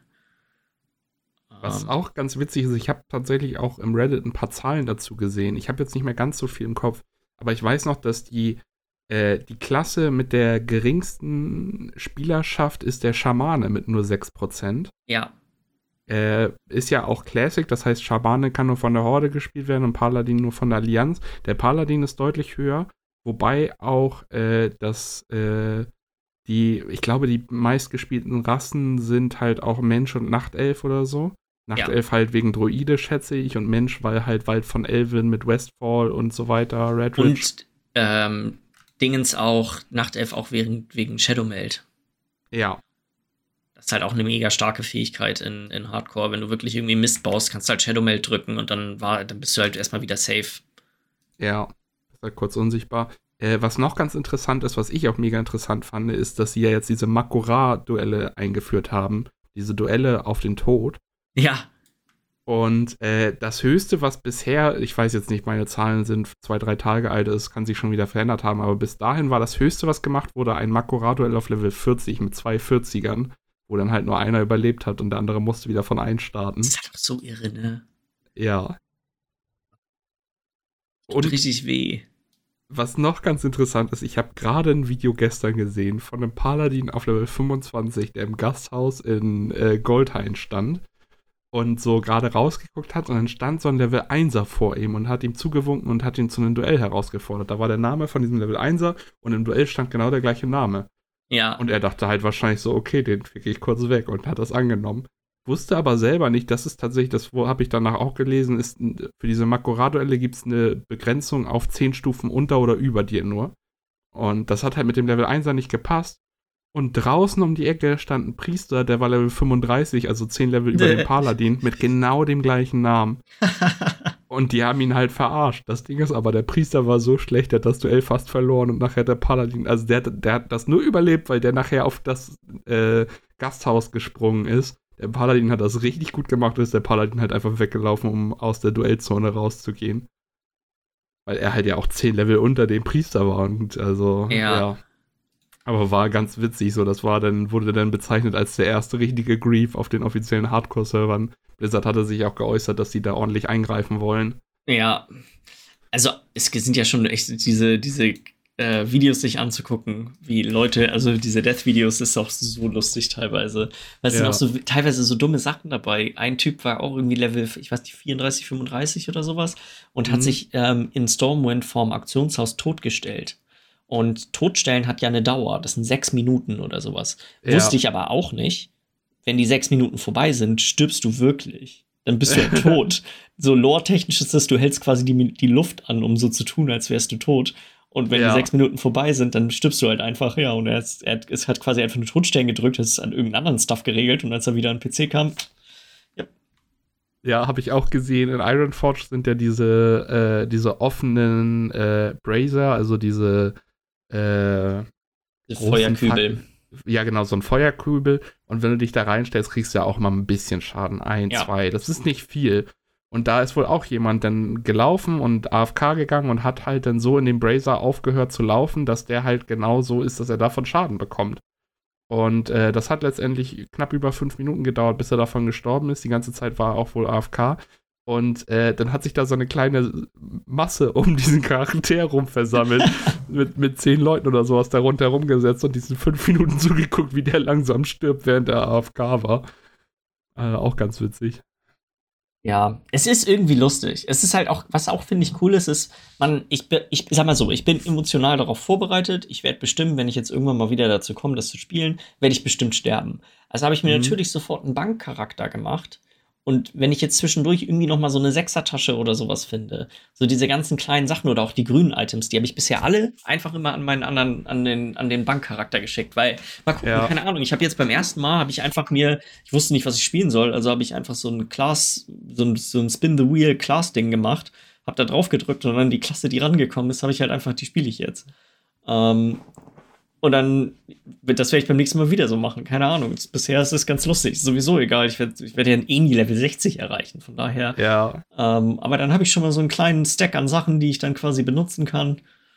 Was Ähm, auch ganz witzig ist, ich habe tatsächlich auch im Reddit ein paar Zahlen dazu gesehen. Ich habe jetzt nicht mehr ganz so viel im Kopf, aber ich weiß noch, dass die, äh, die Klasse mit der geringsten Spielerschaft ist der Schamane mit nur sechs Prozent. ja, Äh, ist ja auch Classic, das heißt, Schamane kann nur von der Horde gespielt werden und Paladin nur von der Allianz. Der Paladin ist deutlich höher, wobei auch äh, das, äh, die, ich glaube, die meistgespielten Rassen sind halt auch Mensch und Nachtelf oder so. Nachtelf halt wegen Droide, schätze ich, und Mensch, weil halt Wald von Elven mit Westfall und so weiter, Red Ridge. und ähm, Dingens auch, Nachtelf auch wegen, wegen Shadowmeld. Ja, Das ist halt auch eine mega starke Fähigkeit in, in Hardcore. Wenn du wirklich irgendwie Mist baust, kannst du halt Shadowmeld drücken und dann, war, dann bist du halt erstmal wieder safe. ja, ist halt kurz unsichtbar. Äh, was noch ganz interessant ist, was ich auch mega interessant fand, ist, dass sie ja jetzt diese Makora-Duelle eingeführt haben. Diese Duelle auf den Tod. Ja, Und äh, das Höchste, was bisher, ich weiß jetzt nicht, meine Zahlen sind zwei, drei Tage alt, es kann sich schon wieder verändert haben, aber bis dahin war das Höchste, was gemacht wurde, ein Makora-Duell auf Level vierzig mit zwei vierzigern, wo dann halt nur einer überlebt hat und der andere musste wieder von einstarten. das ist halt auch so irre, ne? Ja. Tut Und richtig weh. was noch ganz interessant ist, ich habe gerade ein Video gestern gesehen von einem Paladin auf Level fünfundzwanzig, der im Gasthaus in äh, Goldhain stand und so gerade rausgeguckt hat und dann stand so ein Level einser vor ihm und hat ihm zugewunken und hat ihn zu einem Duell herausgefordert. Da war der Name von diesem Level einser und im Duell stand genau der gleiche Name. Ja, Und er dachte halt wahrscheinlich so, okay, den fick ich kurz weg und hat das angenommen. Wusste aber selber nicht, dass es tatsächlich, das habe ich danach auch gelesen, ist, für diese Makora-Duelle gibt es eine Begrenzung auf zehn Stufen unter oder über dir nur. Und das hat halt mit dem Level einser nicht gepasst. Und draußen um die Ecke stand ein Priester, der war Level fünfunddreißig, also zehn Level über dem Paladin, mit genau dem gleichen Namen. Und die haben ihn halt verarscht. Das Ding ist aber, der Priester war so schlecht, der hat das Duell fast verloren und nachher der Paladin, also der, der hat das nur überlebt, weil der nachher auf das äh, Gasthaus gesprungen ist. Der Paladin hat das richtig gut gemacht und ist der Paladin halt einfach weggelaufen, um aus der Duellzone rauszugehen. Weil er halt ja auch zehn Level unter dem Priester war und also, Ja. ja. Aber war ganz witzig, so, das war dann, wurde dann bezeichnet als der erste richtige Grief auf den offiziellen Hardcore-Servern. Blizzard hatte sich auch geäußert, dass sie da ordentlich eingreifen wollen. Ja, also es sind ja schon echt diese, diese äh, Videos sich anzugucken, wie Leute, also diese Death-Videos ist auch so lustig teilweise. Weil es sind Ja. auch so teilweise so dumme Sachen dabei. Ein Typ war auch irgendwie Level, ich weiß nicht, vierunddreißig, fünfunddreißig oder sowas und Mhm. hat sich ähm, in Stormwind vorm Auktionshaus totgestellt. Und Totstellen hat ja eine Dauer, das sind sechs Minuten oder sowas. Ja. Wusste ich aber auch nicht. Wenn die sechs Minuten vorbei sind, stirbst du wirklich. Dann bist du ja tot. So lore-technisch ist das, du hältst quasi die, die Luft an, um so zu tun, als wärst du tot. Und wenn Ja. die sechs Minuten vorbei sind, dann stirbst du halt einfach, ja. Und er, ist, er hat, es hat quasi einfach eine Totstellen gedrückt, das ist an irgendeinen anderen Stuff geregelt. Und als er wieder an den P C kam, Ja, habe ich auch gesehen. In Ironforge sind ja diese, äh, diese offenen äh, Brazier, also diese äh, die großen Feuerkübel. Fackeln. Ja, genau, so ein Feuerkübel. Und wenn du dich da reinstellst, kriegst du ja auch mal ein bisschen Schaden. Ein, Ja. zwei. Das ist nicht viel. Und da ist wohl auch jemand dann gelaufen und A F K gegangen und hat halt dann so in dem Brazier aufgehört zu laufen, dass der halt genau so ist, dass er davon Schaden bekommt. Und äh, das hat letztendlich knapp über fünf Minuten gedauert, bis er davon gestorben ist. Die ganze Zeit war er auch wohl A F K. Und äh, dann hat sich da so eine kleine Masse um diesen Charakter rum versammelt. mit, mit zehn Leuten oder sowas da rundherum gesetzt und diesen fünf Minuten zugeguckt, wie der langsam stirbt, während er A F K war. Äh, auch ganz witzig. Ja, es ist irgendwie lustig. Es ist halt auch, was auch, finde ich, cool ist, ist, man, ich, ich sag mal so, ich bin emotional darauf vorbereitet. Ich werde bestimmt, wenn ich jetzt irgendwann mal wieder dazu komme, das zu spielen, werde ich bestimmt sterben. Also habe ich mir mhm. natürlich sofort einen Bankcharakter gemacht. Und wenn ich jetzt zwischendurch irgendwie noch mal so eine Sechsertasche oder sowas finde, so diese ganzen kleinen Sachen oder auch die grünen Items, die habe ich bisher alle einfach immer an meinen anderen, an den, an den Bankcharakter geschickt, weil, mal gucken, ja. keine Ahnung, ich habe jetzt beim ersten Mal, habe ich einfach mir, ich wusste nicht, was ich spielen soll, also habe ich einfach so ein Class, so ein, so ein Spin-the-Wheel-Class-Ding gemacht, habe da drauf gedrückt und dann die Klasse, die rangekommen ist, habe ich halt einfach, die spiele ich jetzt. Ähm, Und dann, das werde ich beim nächsten Mal wieder so machen. Keine Ahnung. Bisher ist es ganz lustig. Ist sowieso egal. Ich werde ich werd ja eh nie Level sechzig erreichen. Von daher. Ja. Ähm, aber dann habe ich schon mal so einen kleinen Stack an Sachen, die ich dann quasi benutzen kann.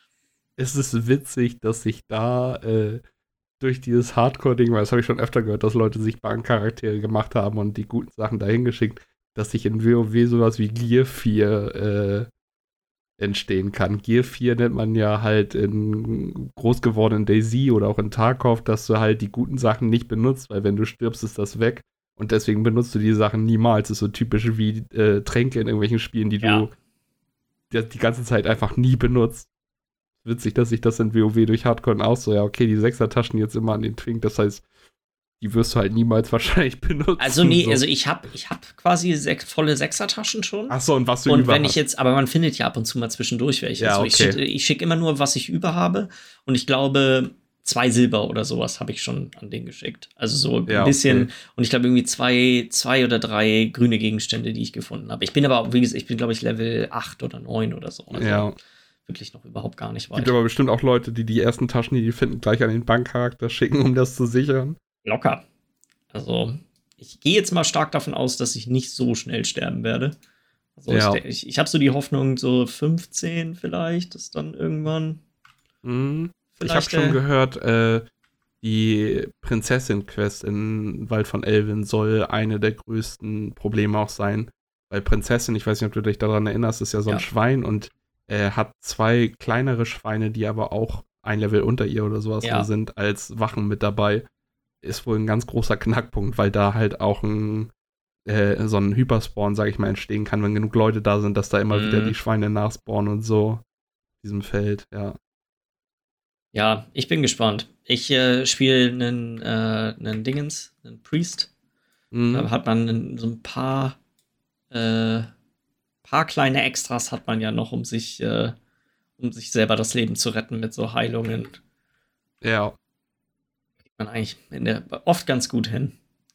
Es ist witzig, dass sich da äh, durch dieses Hardcore-Ding, weil das habe ich schon öfter gehört, dass Leute sich Bankcharaktere gemacht haben und die guten Sachen dahin geschickt, dass sich in WoW sowas wie Gear vier äh, entstehen kann. Gear vier nennt man ja halt in groß gewordenen DayZ oder auch in Tarkov, dass du halt die guten Sachen nicht benutzt, weil wenn du stirbst, ist das weg. Und deswegen benutzt du die Sachen niemals. Das ist so typisch wie äh, Tränke in irgendwelchen Spielen, die ja. du die, die ganze Zeit einfach nie benutzt. Witzig, dass sich das in WoW durch Hardcore auch so, ja, okay, die Sechser-Taschen jetzt immer an den Twink, das heißt, die wirst du halt niemals wahrscheinlich benutzen. Also nee, so. also ich habe ich hab quasi sech, volle Sechsertaschen schon. Ach so, und was du und über wenn hast. ich jetzt, aber man findet ja ab und zu mal zwischendurch welche. Ja, also okay. ich schicke ich schick immer nur, was ich über habe. Und ich glaube, zwei Silber oder sowas habe ich schon an den geschickt. Also so ein ja, bisschen. Okay. Und ich glaube irgendwie zwei, zwei oder drei grüne Gegenstände, die ich gefunden habe. Ich bin aber, wie gesagt, ich bin, glaube ich, Level acht oder neun oder so. Also ja. wirklich noch überhaupt gar nicht weit. Gibt aber bestimmt auch Leute, die die ersten Taschen, die die finden, gleich an den Bankcharakter schicken, um das zu sichern. Locker. Also, ich gehe jetzt mal stark davon aus, dass ich nicht so schnell sterben werde. Also, ja. ich, ich habe so die Hoffnung, so fünfzehn vielleicht, dass dann irgendwann. Mhm. Ich habe schon gehört, äh, die Prinzessin-Quest in Wald von Elven soll eine der größten Probleme auch sein. Weil Prinzessin, ich weiß nicht, ob du dich daran erinnerst, ist ja so ein ja. Schwein und äh, hat zwei kleinere Schweine, die aber auch ein Level unter ihr oder sowas ja. sind, als Wachen mit dabei. Ist wohl ein ganz großer Knackpunkt, weil da halt auch ein äh, so ein Hyperspawn, sag ich mal, entstehen kann, wenn genug Leute da sind, dass da immer mhm. wieder die Schweine nachspawnen und so in diesem Feld, ja. Ja, ich bin gespannt. Ich äh, spiele einen, äh, einen Dingens, einen Priest. Mhm. Da hat man einen, so ein paar äh, paar kleine Extras hat man ja noch, um sich äh, um sich selber das Leben zu retten mit so Heilungen. Ja. Man eigentlich in der, oft ganz gut hin.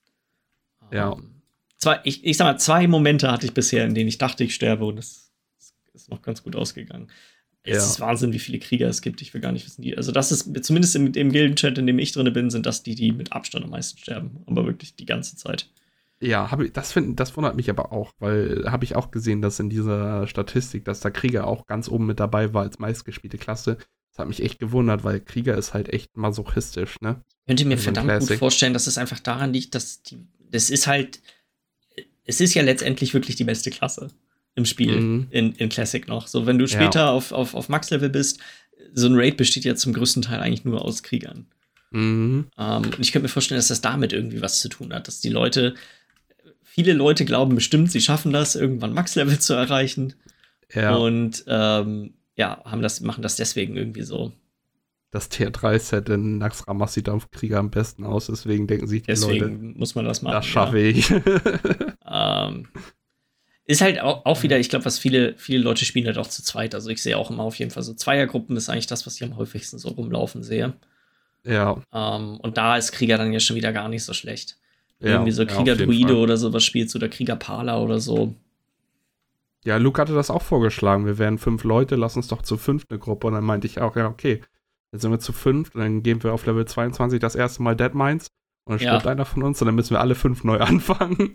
Ja. Um, zwei, ich, ich sag mal, zwei Momente hatte ich bisher, in denen ich dachte, ich sterbe und es ist noch ganz gut ausgegangen. Es ja. ist Wahnsinn, wie viele Krieger es gibt. Ich will gar nicht wissen, die. Also, das ist zumindest im, im Gildenchat, in dem ich drin bin, sind das die, die mit Abstand am meisten sterben. Aber wirklich die ganze Zeit. Ja, hab ich, das, find, das wundert mich aber auch, weil habe ich auch gesehen, dass in dieser Statistik, dass da Krieger auch ganz oben mit dabei war als meistgespielte Klasse. Das hat mich echt gewundert, weil Krieger ist halt echt masochistisch, ne? Könnt ihr mir also verdammt gut vorstellen, dass es einfach daran liegt, dass die, das ist halt, es ist ja letztendlich wirklich die beste Klasse im Spiel, mhm. in, in Classic noch. So, wenn du später ja. auf, auf, auf Max-Level bist, so ein Raid besteht ja zum größten Teil eigentlich nur aus Kriegern. Mhm. Um, und ich könnte mir vorstellen, dass das damit irgendwie was zu tun hat, dass die Leute, viele Leute glauben bestimmt, sie schaffen das, irgendwann Max-Level zu erreichen. Ja. Und ähm, ja, haben das, machen das deswegen irgendwie so. Das Tier drei Set in Naxxramas sieht auf Krieger am besten aus, deswegen denken sich die deswegen Leute, muss man das machen. Das schaffe ja. ich. ähm, ist halt auch, auch wieder, ich glaube, was viele, viele Leute spielen halt auch zu zweit. Also ich sehe auch immer auf jeden Fall so Zweiergruppen ist eigentlich das, was ich am häufigsten so rumlaufen sehe. Ja. Ähm, und da ist Krieger dann ja schon wieder gar nicht so schlecht. Ja, irgendwie so ja, Krieger-Druide oder sowas spielst oder Krieger-Pala oder so. Ja, Luke hatte das auch vorgeschlagen. Wir wären fünf Leute, lass uns doch zu fünf eine Gruppe. Und dann meinte ich auch, ja, okay, jetzt sind wir zu fünf und dann gehen wir auf Level zweiundzwanzig das erste Mal Deadmines und dann stirbt ja. einer von uns und dann müssen wir alle fünf neu anfangen.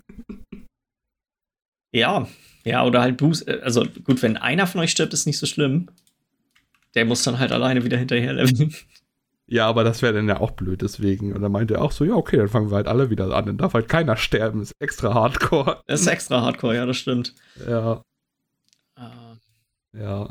Ja, ja, oder halt Boost. Also gut, wenn einer von euch stirbt, ist nicht so schlimm. Der muss dann halt alleine wieder hinterher leveln. Ja, aber das wäre dann ja auch blöd deswegen. Und dann meinte er auch so, ja, okay, dann fangen wir halt alle wieder an. Dann darf halt keiner sterben. Ist extra hardcore. Das ist extra hardcore, ja, das stimmt. Ja. Uh, ja.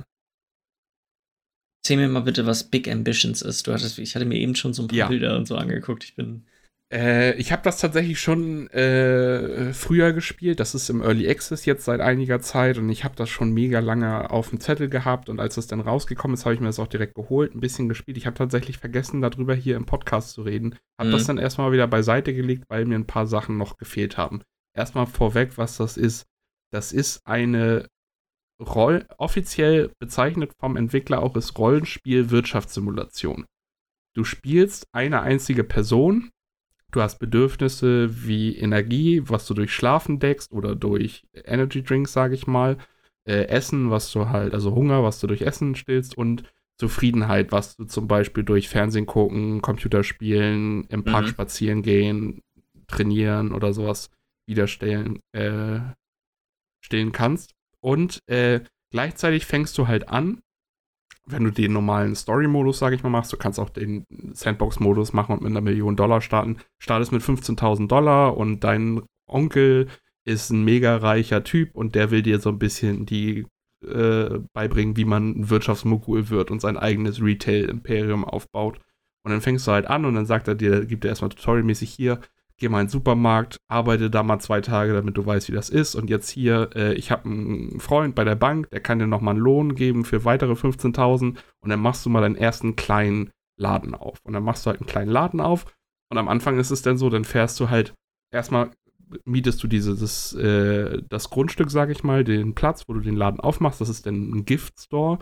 Erzähl mir mal bitte, was Big Ambitions ist. Du hattest, ich hatte mir eben schon so ein paar ja. Bilder und so angeguckt. Ich bin... Äh, ich habe das tatsächlich schon äh, früher gespielt. Das ist im Early Access jetzt seit einiger Zeit und ich habe das schon mega lange auf dem Zettel gehabt und als es dann rausgekommen ist, habe ich mir das auch direkt geholt, ein bisschen gespielt. Ich habe tatsächlich vergessen, darüber hier im Podcast zu reden. Habe mhm. das dann erstmal wieder beiseite gelegt, weil mir ein paar Sachen noch gefehlt haben. Erstmal vorweg, was das ist. Das ist eine Roll- offiziell bezeichnet vom Entwickler auch als Rollenspiel-Wirtschaftssimulation. Du spielst eine einzige Person. Du hast Bedürfnisse wie Energie, was du durch Schlafen deckst oder durch Energy Drinks, sage ich mal. Äh, Essen, was du halt, also Hunger, was du durch Essen stillst und Zufriedenheit, was du zum Beispiel durch Fernsehen gucken, Computerspielen, im Park mhm. spazieren gehen, trainieren oder sowas widerstellen, äh, stillen kannst. Und äh, gleichzeitig fängst du halt an, wenn du den normalen Story-Modus, sage ich mal, machst, du kannst auch den Sandbox-Modus machen und mit einer Million Dollar starten, startest mit fünfzehntausend Dollar und dein Onkel ist ein mega reicher Typ und der will dir so ein bisschen die äh, beibringen, wie man ein Wirtschaftsmogul wird und sein eigenes Retail-Imperium aufbaut. Und dann fängst du halt an und dann sagt er dir, gibt er erstmal tutorialmäßig hier, geh mal in den Supermarkt, arbeite da mal zwei Tage, damit du weißt, wie das ist. Und jetzt hier, äh, ich habe einen Freund bei der Bank, der kann dir nochmal einen Lohn geben für weitere fünfzehntausend. Und dann machst du mal deinen ersten kleinen Laden auf. Und dann machst du halt einen kleinen Laden auf. Und am Anfang ist es dann so, dann fährst du halt, erstmal mietest du dieses, äh, das Grundstück, sage ich mal, den Platz, wo du den Laden aufmachst. Das ist dann ein Gift-Store.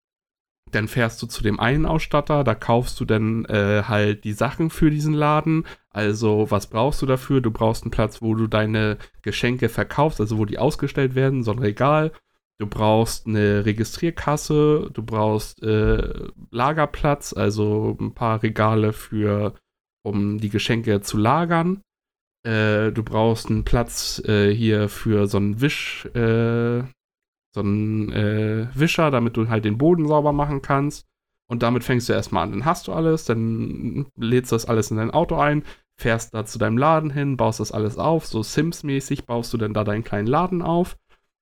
Dann fährst du zu dem einen Ausstatter, da kaufst du dann äh, halt die Sachen für diesen Laden. Also, was brauchst du dafür? Du brauchst einen Platz, wo du deine Geschenke verkaufst, also wo die ausgestellt werden, so ein Regal. Du brauchst eine Registrierkasse, du brauchst äh, Lagerplatz, also ein paar Regale für, um die Geschenke zu lagern. Äh, du brauchst einen Platz äh, hier für so einen Wisch, äh, so einen äh, Wischer, damit du halt den Boden sauber machen kannst. Und damit fängst du erstmal an. Dann hast du alles, dann lädst du das alles in dein Auto ein, fährst da zu deinem Laden hin, baust das alles auf, so Sims-mäßig baust du dann da deinen kleinen Laden auf.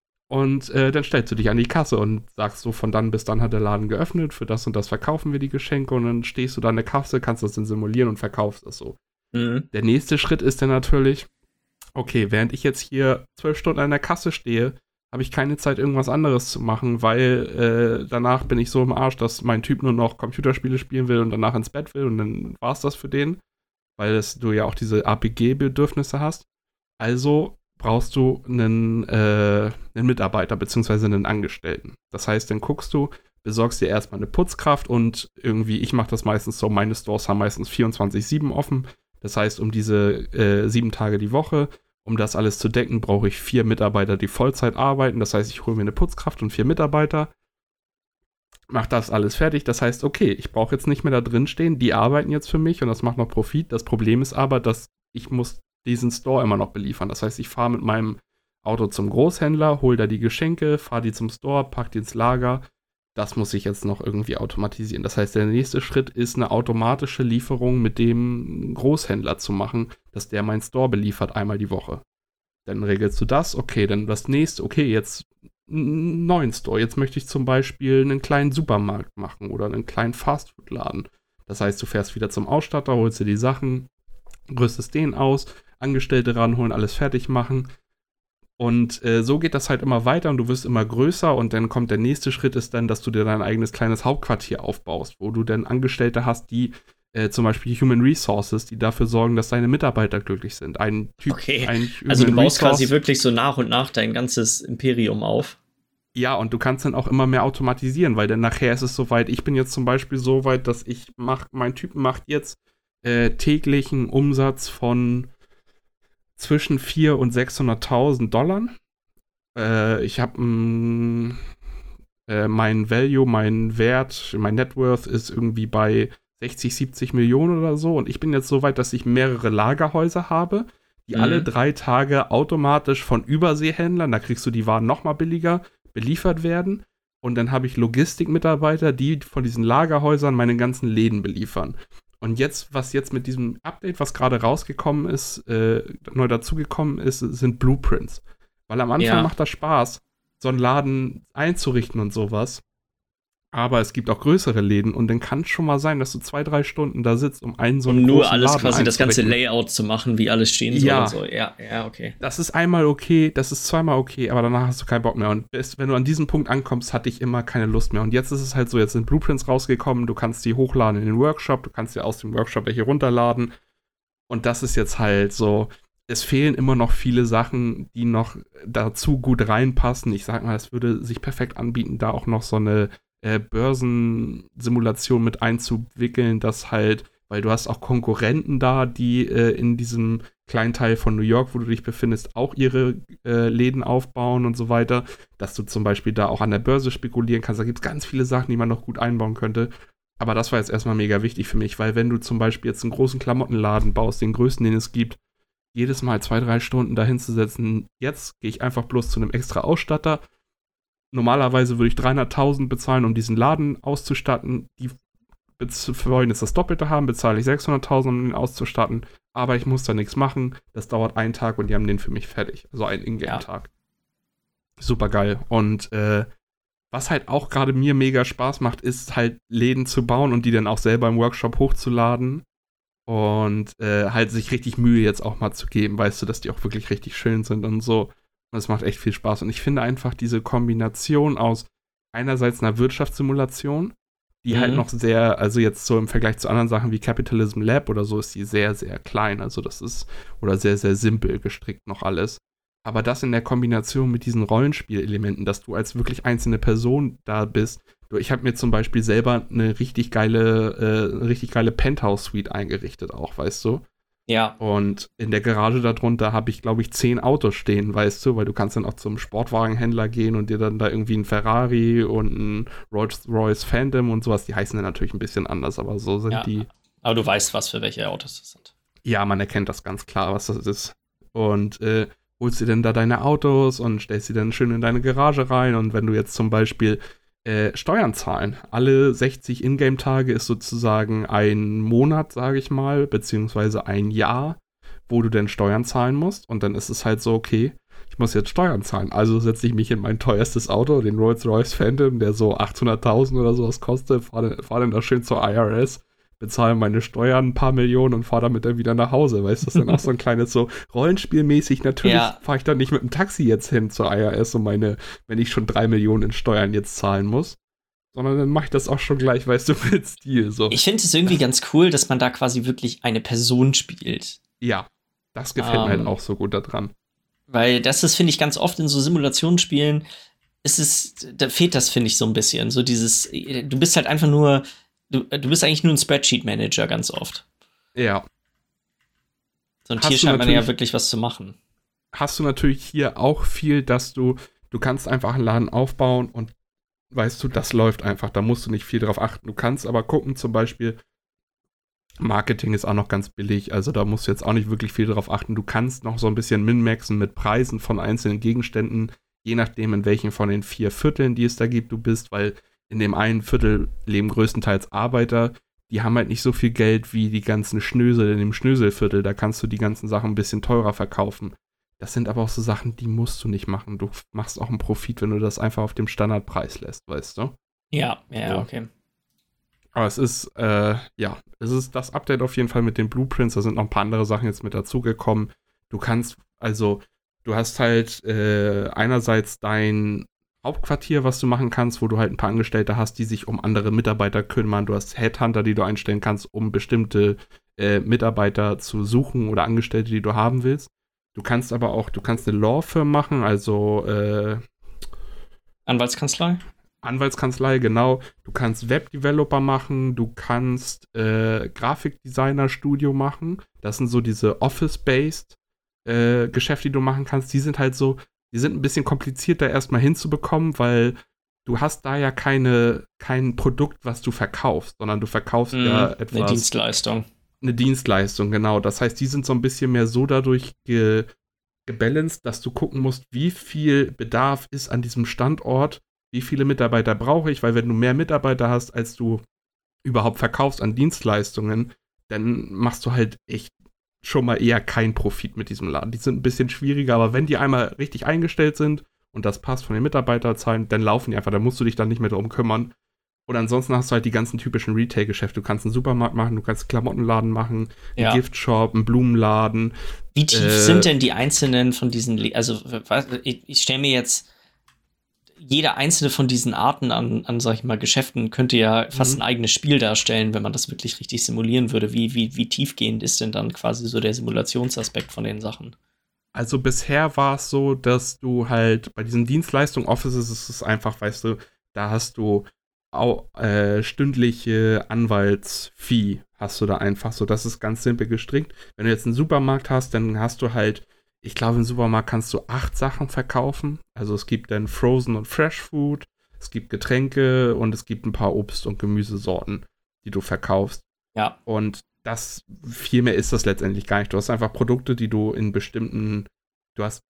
Und äh, dann stellst du dich an die Kasse und sagst so, von dann bis dann hat der Laden geöffnet, für das und das verkaufen wir die Geschenke. Und dann stehst du da an der Kasse, kannst das dann simulieren und verkaufst das so. Mhm. Der nächste Schritt ist dann natürlich, okay, während ich jetzt hier zwölf Stunden an der Kasse stehe, habe ich keine Zeit, irgendwas anderes zu machen, weil äh, danach bin ich so im Arsch, dass mein Typ nur noch Computerspiele spielen will und danach ins Bett will und dann war es das für den, weil das, du ja auch diese A P G-Bedürfnisse hast. Also brauchst du einen, äh, einen Mitarbeiter beziehungsweise einen Angestellten. Das heißt, dann guckst du, besorgst dir erstmal eine Putzkraft und irgendwie, ich mache das meistens so, meine Stores haben meistens vierundzwanzig sieben offen. Das heißt, um diese äh, sieben Tage die Woche, um das alles zu decken, brauche ich vier Mitarbeiter, die Vollzeit arbeiten. Das heißt, ich hole mir eine Putzkraft und vier Mitarbeiter, mache das alles fertig. Das heißt, okay, ich brauche jetzt nicht mehr da drin stehen. Die arbeiten jetzt für mich und das macht noch Profit. Das Problem ist aber, dass ich muss diesen Store immer noch beliefern. Das heißt, ich fahre mit meinem Auto zum Großhändler, hole da die Geschenke, fahre die zum Store, packe die ins Lager. Das muss ich jetzt noch irgendwie automatisieren. Das heißt, der nächste Schritt ist, eine automatische Lieferung mit dem Großhändler zu machen, dass der meinen Store beliefert einmal die Woche. Dann regelst du das, okay, dann das nächste, okay, jetzt einen neuen Store. Jetzt möchte ich zum Beispiel einen kleinen Supermarkt machen oder einen kleinen Fastfood-Laden. Das heißt, du fährst wieder zum Ausstatter, holst dir die Sachen, rüstest den aus, Angestellte ranholen, alles fertig machen. Und äh, so geht das halt immer weiter und du wirst immer größer und dann kommt der nächste Schritt ist dann, dass du dir dein eigenes kleines Hauptquartier aufbaust, wo du dann Angestellte hast, die äh, zum Beispiel Human Resources, die dafür sorgen, dass deine Mitarbeiter glücklich sind. Ein Typ, okay, ein also du baust Resource, quasi wirklich so nach und nach dein ganzes Imperium auf. Ja, und du kannst dann auch immer mehr automatisieren, weil dann nachher ist es soweit, ich bin jetzt zum Beispiel so weit, dass ich mach, mein Typ macht jetzt äh, täglich einen Umsatz von zwischen vierhunderttausend und sechshunderttausend Dollar. Äh, ich habe äh, mein Value, mein Wert, mein Net Worth ist irgendwie bei sechzig, siebzig Millionen oder so. Und ich bin jetzt so weit, dass ich mehrere Lagerhäuser habe, die mhm. alle drei Tage automatisch von Überseehändlern, da kriegst du die Waren nochmal billiger, beliefert werden. Und dann habe ich Logistikmitarbeiter, die von diesen Lagerhäusern meine ganzen Läden beliefern. Und jetzt, was jetzt mit diesem Update, was gerade rausgekommen ist, äh, neu dazugekommen ist, sind Blueprints. Weil am Anfang Ja. macht das Spaß, so einen Laden einzurichten und sowas. Aber es gibt auch größere Läden und dann kann es schon mal sein, dass du zwei, drei Stunden da sitzt, um einen so einen Um nur großen alles Laden quasi das ganze einzurichten. Layout zu machen, wie alles stehen soll Ja. und so. Ja, ja, okay. Das ist einmal okay, das ist zweimal okay, aber danach hast du keinen Bock mehr. Und bis, wenn du an diesem Punkt ankommst, hatte ich immer keine Lust mehr. Und jetzt ist es halt so, jetzt sind Blueprints rausgekommen, du kannst die hochladen in den Workshop, du kannst dir aus dem Workshop welche runterladen. Und das ist jetzt halt so, es fehlen immer noch viele Sachen, die noch dazu gut reinpassen. Ich sag mal, es würde sich perfekt anbieten, da auch noch so eine äh, Börsensimulation mit einzuwickeln, dass halt, weil du hast auch Konkurrenten da, die äh, in diesem kleinen Teil von New York, wo du dich befindest, auch ihre äh, Läden aufbauen und so weiter, dass du zum Beispiel da auch an der Börse spekulieren kannst. Da gibt es ganz viele Sachen, die man noch gut einbauen könnte. Aber das war jetzt erstmal mega wichtig für mich, weil wenn du zum Beispiel jetzt einen großen Klamottenladen baust, den größten, den es gibt, jedes Mal zwei, drei Stunden dahin zu setzen, jetzt gehe ich einfach bloß zu einem extra Ausstatter. Normalerweise würde ich dreihunderttausend bezahlen, um diesen Laden auszustatten. Die wollen jetzt das Doppelte haben, bezahle ich sechshunderttausend, um den auszustatten. Aber ich muss da nichts machen. Das dauert einen Tag und die haben den für mich fertig. Also einen Ingame-Tag. Ja. Super geil. Und äh, was halt auch gerade mir mega Spaß macht, ist halt Läden zu bauen und die dann auch selber im Workshop hochzuladen. Und äh, halt sich richtig Mühe jetzt auch mal zu geben, weißt du, dass die auch wirklich richtig schön sind und so. Und es macht echt viel Spaß. Und ich finde einfach diese Kombination aus einerseits einer Wirtschaftssimulation, die mhm. halt noch sehr, also jetzt so im Vergleich zu anderen Sachen wie Capitalism Lab oder so, ist die sehr, sehr klein. Also das ist, oder sehr, sehr simpel gestrickt noch alles. Aber das in der Kombination mit diesen Rollenspielelementen, dass du als wirklich einzelne Person da bist. Ich habe mir zum Beispiel selber eine richtig geile, äh, eine richtig geile Penthouse-Suite eingerichtet auch, weißt du? Ja. Und in der Garage darunter habe ich, glaube ich, zehn Autos stehen, weißt du? Weil du kannst dann auch zum Sportwagenhändler gehen und dir dann da irgendwie ein Ferrari und ein Rolls-Royce Phantom und sowas. Die heißen dann natürlich ein bisschen anders, aber so sind ja. die. Aber du weißt, was für welche Autos das sind. Ja, man erkennt das ganz klar, was das ist. Und äh, holst dir dann da deine Autos und stellst sie dann schön in deine Garage rein. Und wenn du jetzt zum Beispiel Äh, Steuern zahlen. Alle sechzig Ingame-Tage ist sozusagen ein Monat, sage ich mal, beziehungsweise ein Jahr, wo du dann Steuern zahlen musst. Und dann ist es halt so, okay, ich muss jetzt Steuern zahlen. Also setze ich mich in mein teuerstes Auto, den Rolls-Royce Phantom, der so achthunderttausend oder sowas kostet, fahre fahr dann da schön zur I R S, bezahle meine Steuern ein paar Millionen und fahre damit dann wieder nach Hause. Weißt du, das ist dann auch so ein kleines so Rollenspielmäßig. Natürlich ja. fahre ich dann nicht mit dem Taxi jetzt hin zur I R S und meine, wenn ich schon drei Millionen in Steuern jetzt zahlen muss, sondern dann mache ich das auch schon gleich, weißt du, mit Stil. So. Ich finde es irgendwie ganz cool, dass man da quasi wirklich eine Person spielt. Ja, das gefällt um, mir halt auch so gut daran. Weil das ist, finde ich, ganz oft in so Simulationsspielen, ist es, da fehlt das, finde ich, so ein bisschen. So dieses, du bist halt einfach nur Du, du bist eigentlich nur ein Spreadsheet-Manager ganz oft. Ja. So ein Tier scheint man ja wirklich was zu machen. Hast du natürlich hier auch viel, dass du, du kannst einfach einen Laden aufbauen und weißt du, das läuft einfach. Da musst du nicht viel drauf achten. Du kannst aber gucken, zum Beispiel, Marketing ist auch noch ganz billig, also da musst du jetzt auch nicht wirklich viel drauf achten. Du kannst noch so ein bisschen min-maxen mit Preisen von einzelnen Gegenständen, je nachdem, in welchen von den vier Vierteln, die es da gibt, du bist, weil in dem einen Viertel leben größtenteils Arbeiter, die haben halt nicht so viel Geld wie die ganzen Schnösel in dem Schnöselviertel, da kannst du die ganzen Sachen ein bisschen teurer verkaufen. Das sind aber auch so Sachen, die musst du nicht machen. Du machst auch einen Profit, wenn du das einfach auf dem Standardpreis lässt, weißt du? Ja, ja, so. Okay. Aber es ist, äh, ja, es ist das Update auf jeden Fall mit den Blueprints, da sind noch ein paar andere Sachen jetzt mit dazugekommen. Du kannst, also, du hast halt äh, einerseits dein Hauptquartier, was du machen kannst, wo du halt ein paar Angestellte hast, die sich um andere Mitarbeiter kümmern. Du hast Headhunter, die du einstellen kannst, um bestimmte äh, Mitarbeiter zu suchen oder Angestellte, die du haben willst. Du kannst aber auch, du kannst eine Law Firm machen, also äh, Anwaltskanzlei? Anwaltskanzlei, genau. Du kannst Webdeveloper machen, du kannst äh, Grafikdesigner-Studio machen. Das sind so diese Office-based äh, Geschäfte, die du machen kannst. Die sind halt so, die sind ein bisschen komplizierter erstmal hinzubekommen, weil du hast da ja keine, kein Produkt, was du verkaufst, sondern du verkaufst mm, ja etwas. Eine Dienstleistung. Eine Dienstleistung, genau. Das heißt, die sind so ein bisschen mehr so dadurch ge, gebalanced, dass du gucken musst, wie viel Bedarf ist an diesem Standort, wie viele Mitarbeiter brauche ich, weil wenn du mehr Mitarbeiter hast, als du überhaupt verkaufst an Dienstleistungen, dann machst du halt echt schon mal eher keinen Profit mit diesem Laden. Die sind ein bisschen schwieriger, aber wenn die einmal richtig eingestellt sind und das passt von den Mitarbeiterzahlen, dann laufen die einfach, da musst du dich dann nicht mehr drum kümmern. Und ansonsten hast du halt die ganzen typischen Retail-Geschäfte. Du kannst einen Supermarkt machen, du kannst einen Klamottenladen machen, einen Ja. Giftshop, einen Blumenladen. Wie tief Äh, sind denn die einzelnen von diesen, Le also was- ich, ich stelle mir jetzt, jede einzelne von diesen Arten an, an, sag ich mal, Geschäften könnte ja fast Mhm. ein eigenes Spiel darstellen, wenn man das wirklich richtig simulieren würde. Wie, wie, wie tiefgehend ist denn dann quasi so der Simulationsaspekt von den Sachen? Also bisher war es so, dass du halt bei diesen Dienstleistungen, Offices ist es einfach, weißt du, da hast du auch äh, stündliche Anwaltsfee hast du da einfach so. Das ist ganz simpel gestrickt. Wenn du jetzt einen Supermarkt hast, dann hast du halt, ich glaube, im Supermarkt kannst du acht Sachen verkaufen. Also es gibt dann Frozen und Fresh Food, es gibt Getränke und es gibt ein paar Obst- und Gemüsesorten, die du verkaufst. Ja. Und das, viel mehr ist das letztendlich gar nicht. Du hast einfach Produkte, die du in bestimmten, du hast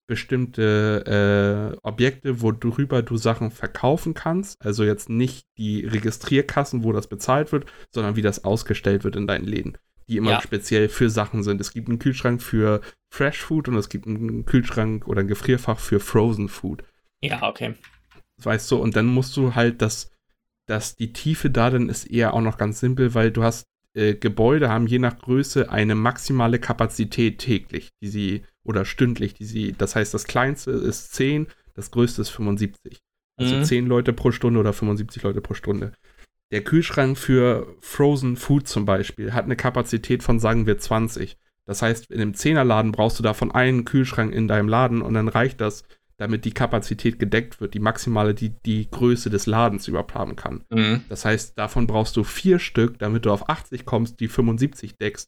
bestimmte äh, Objekte, worüber du Sachen verkaufen kannst. Also jetzt nicht die Registrierkassen, wo das bezahlt wird, sondern wie das ausgestellt wird in deinen Läden, die immer Ja. speziell für Sachen sind. Es gibt einen Kühlschrank für Fresh Food und es gibt einen Kühlschrank oder ein Gefrierfach für Frozen Food. Ja, okay. Weißt du, und dann musst du halt das, dass die Tiefe da dann ist eher auch noch ganz simpel, weil du hast äh, Gebäude haben je nach Größe eine maximale Kapazität täglich, die sie, oder stündlich, die sie, das heißt, das kleinste ist zehn, das größte ist fünfundsiebzig. Also Mhm. zehn Leute pro Stunde oder fünfundsiebzig Leute pro Stunde. Der Kühlschrank für Frozen Food zum Beispiel hat eine Kapazität von, sagen wir, zwanzig. Das heißt, in einem Zehnerladen brauchst du davon einen Kühlschrank in deinem Laden und dann reicht das, damit die Kapazität gedeckt wird, die maximale, die die Größe des Ladens überhaupt haben kann. Mhm. Das heißt, davon brauchst du vier Stück, damit du auf achtzig kommst, die fünfundsiebzig deckst,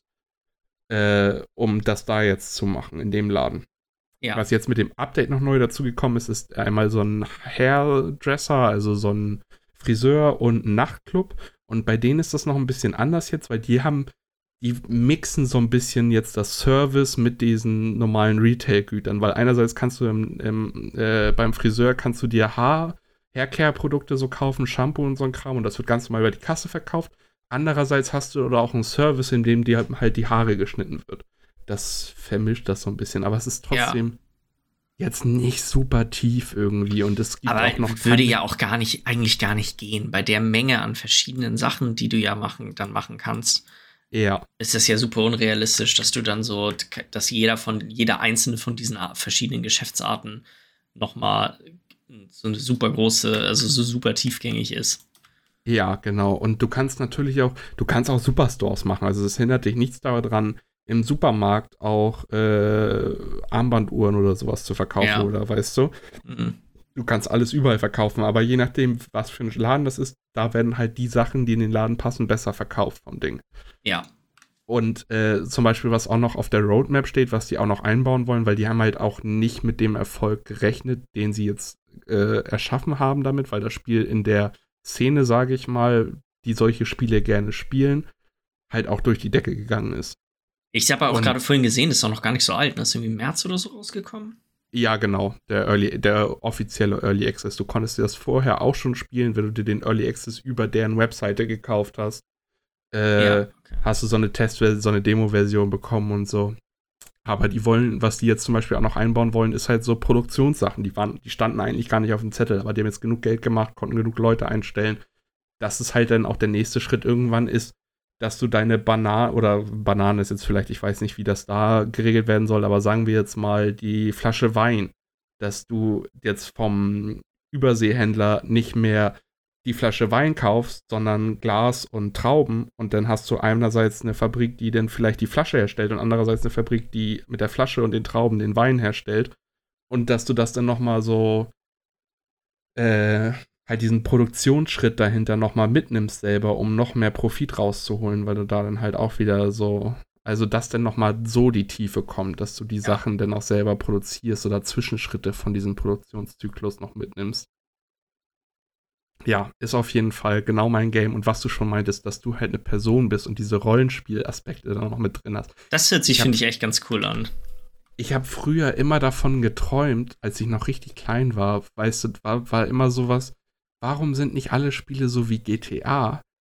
äh, um das da jetzt zu machen, in dem Laden. Ja. Was jetzt mit dem Update noch neu dazugekommen ist, ist einmal so ein Hairdresser, also so ein Friseur und ein Nachtclub. Und bei denen ist das noch ein bisschen anders jetzt, weil die haben, die mixen so ein bisschen jetzt das Service mit diesen normalen Retail-Gütern, weil einerseits kannst du im, im, äh, beim Friseur kannst du dir Haar, Haircare-Produkte so kaufen, Shampoo und so ein Kram und das wird ganz normal über die Kasse verkauft. Andererseits hast du oder auch einen Service, in dem dir halt die Haare geschnitten wird. Das vermischt das so ein bisschen, aber es ist trotzdem ja. jetzt nicht super tief irgendwie und es gibt Aber auch noch würde ja auch gar nicht, eigentlich gar nicht gehen. Bei der Menge an verschiedenen Sachen, die du ja machen, dann machen kannst, ja. ist das ja super unrealistisch, dass du dann so, dass jeder von, jeder einzelne von diesen verschiedenen Geschäftsarten nochmal so eine super große, also so super tiefgängig ist. Ja, genau. Und du kannst natürlich auch, du kannst auch Superstores machen. Also es hindert dich nichts daran, im Supermarkt auch äh, Armbanduhren oder sowas zu verkaufen, Ja. oder weißt du? Mhm. Du kannst alles überall verkaufen, aber je nachdem, was für ein Laden das ist, da werden halt die Sachen, die in den Laden passen, besser verkauft vom Ding. Ja. Und äh, zum Beispiel, was auch noch auf der Roadmap steht, was die auch noch einbauen wollen, weil die haben halt auch nicht mit dem Erfolg gerechnet, den sie jetzt äh, erschaffen haben damit, weil das Spiel in der Szene, sage ich mal, die solche Spiele gerne spielen, halt auch durch die Decke gegangen ist. Ich habe auch Und- gerade vorhin gesehen, das ist auch noch gar nicht so alt. Das ist irgendwie im März oder so rausgekommen. Ja, genau, der Early, der offizielle Early Access. Du konntest dir das vorher auch schon spielen, wenn du dir den Early Access über deren Webseite gekauft hast. Äh, Ja, okay. Hast du so eine Testversion, so eine Demo-Version bekommen und so. Aber die wollen, was die jetzt zum Beispiel auch noch einbauen wollen, ist halt so Produktionssachen. Die waren, die standen eigentlich gar nicht auf dem Zettel, aber die haben jetzt genug Geld gemacht, konnten genug Leute einstellen. Das ist halt dann auch der nächste Schritt irgendwann ist, dass du deine Banane, oder Banane ist jetzt vielleicht, ich weiß nicht, wie das da geregelt werden soll, aber sagen wir jetzt mal die Flasche Wein, dass du jetzt vom Überseehändler nicht mehr die Flasche Wein kaufst, sondern Glas und Trauben und dann hast du einerseits eine Fabrik, die dann vielleicht die Flasche herstellt und andererseits eine Fabrik, die mit der Flasche und den Trauben den Wein herstellt und dass du das dann nochmal so äh, halt diesen Produktionsschritt dahinter nochmal mitnimmst selber, um noch mehr Profit rauszuholen, weil du da dann halt auch wieder so, also dass dann nochmal so die Tiefe kommt, dass du die Ja. Sachen dann auch selber produzierst oder Zwischenschritte von diesem Produktionszyklus noch mitnimmst. Ja, ist auf jeden Fall genau mein Game. Und was du schon meintest, dass du halt eine Person bist und diese Rollenspielaspekte da noch mit drin hast. Das hört sich, Ich hab- finde ich, echt ganz cool an. Ich habe früher immer davon geträumt, als ich noch richtig klein war, weißt du, war, war immer sowas, warum sind nicht alle Spiele so wie G T A,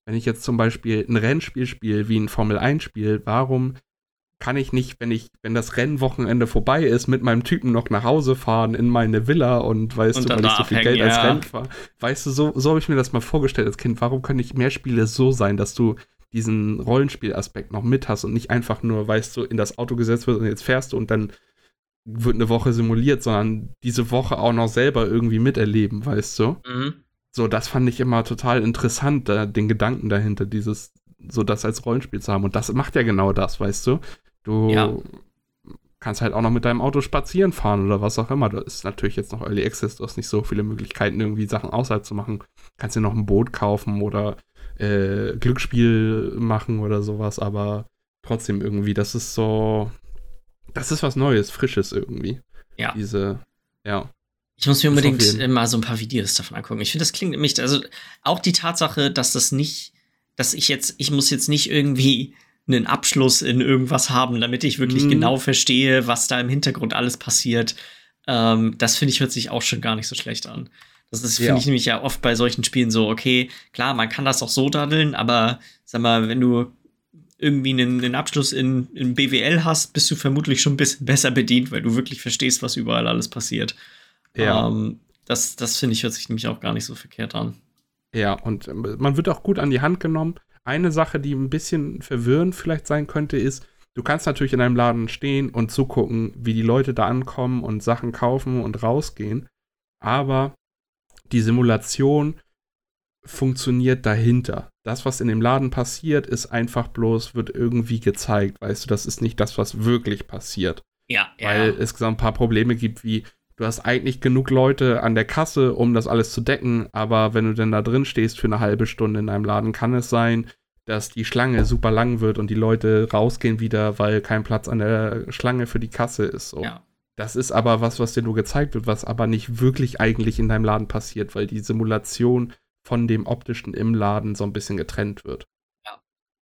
Wenn ich jetzt zum Beispiel ein Rennspiel spiele, wie ein Formel eins Spiel, warum kann ich nicht, wenn ich, wenn das Rennwochenende vorbei ist, mit meinem Typen noch nach Hause fahren in meine Villa und weißt Und du, weil ich so viel abhängen, Geld als ja. Rennen fahre. Weißt du, so, so habe ich mir das mal vorgestellt als Kind. Warum können nicht mehr Spiele so sein, dass du diesen Rollenspielaspekt noch mit hast und nicht einfach nur, weißt du, in das Auto gesetzt wird und jetzt fährst du und dann wird eine Woche simuliert, sondern diese Woche auch noch selber irgendwie miterleben, weißt du? Mhm. So, das fand ich immer total interessant, da, den Gedanken dahinter, dieses, so das als Rollenspiel zu haben. Und das macht ja genau das, weißt du? Du Ja. kannst halt auch noch mit deinem Auto spazieren fahren oder was auch immer. Das ist natürlich jetzt noch Early Access, du hast nicht so viele Möglichkeiten, irgendwie Sachen außerhalb zu machen. Kannst dir noch ein Boot kaufen oder äh, Glücksspiel machen oder sowas, aber trotzdem irgendwie, das ist so, das ist was Neues, Frisches irgendwie. Ja. Diese, ja. Ich muss mir Das auf unbedingt jeden- äh, mal so ein paar Videos davon angucken. Ich finde, das klingt nämlich, also auch die Tatsache, dass das nicht, dass ich jetzt, ich muss jetzt nicht irgendwie einen Abschluss in irgendwas haben, damit ich wirklich Mhm. genau verstehe, was da im Hintergrund alles passiert. Ähm, das finde ich, hört sich auch schon gar nicht so schlecht an. Das ist, finde Ja. ich nämlich ja oft bei solchen Spielen so, okay, klar, man kann das auch so daddeln, aber sag mal, wenn du irgendwie einen, einen Abschluss in, in B W L hast, bist du vermutlich schon ein bisschen besser bedient, weil du wirklich verstehst, was überall alles passiert. Ja. Ähm, das, das finde ich, hört sich nämlich auch gar nicht so verkehrt an. Ja, und ähm, man wird auch gut an die Hand genommen. Eine Sache, die ein bisschen verwirrend vielleicht sein könnte, ist, du kannst natürlich in einem Laden stehen und zugucken, wie die Leute da ankommen und Sachen kaufen und rausgehen. Aber die Simulation funktioniert dahinter. Das, was in dem Laden passiert, ist einfach bloß, wird irgendwie gezeigt. Weißt du, das ist nicht das, was wirklich passiert. Ja, Weil ja. es so ein paar Probleme gibt, wie du hast eigentlich genug Leute an der Kasse, um das alles zu decken, aber wenn du denn da drin stehst für eine halbe Stunde in einem Laden, kann es sein, dass die Schlange super lang wird und die Leute rausgehen wieder, weil kein Platz an der Schlange für die Kasse ist. So. Ja. Das ist aber was, was dir nur gezeigt wird, was aber nicht wirklich eigentlich in deinem Laden passiert, weil die Simulation von dem Optischen im Laden so ein bisschen getrennt wird. Ja.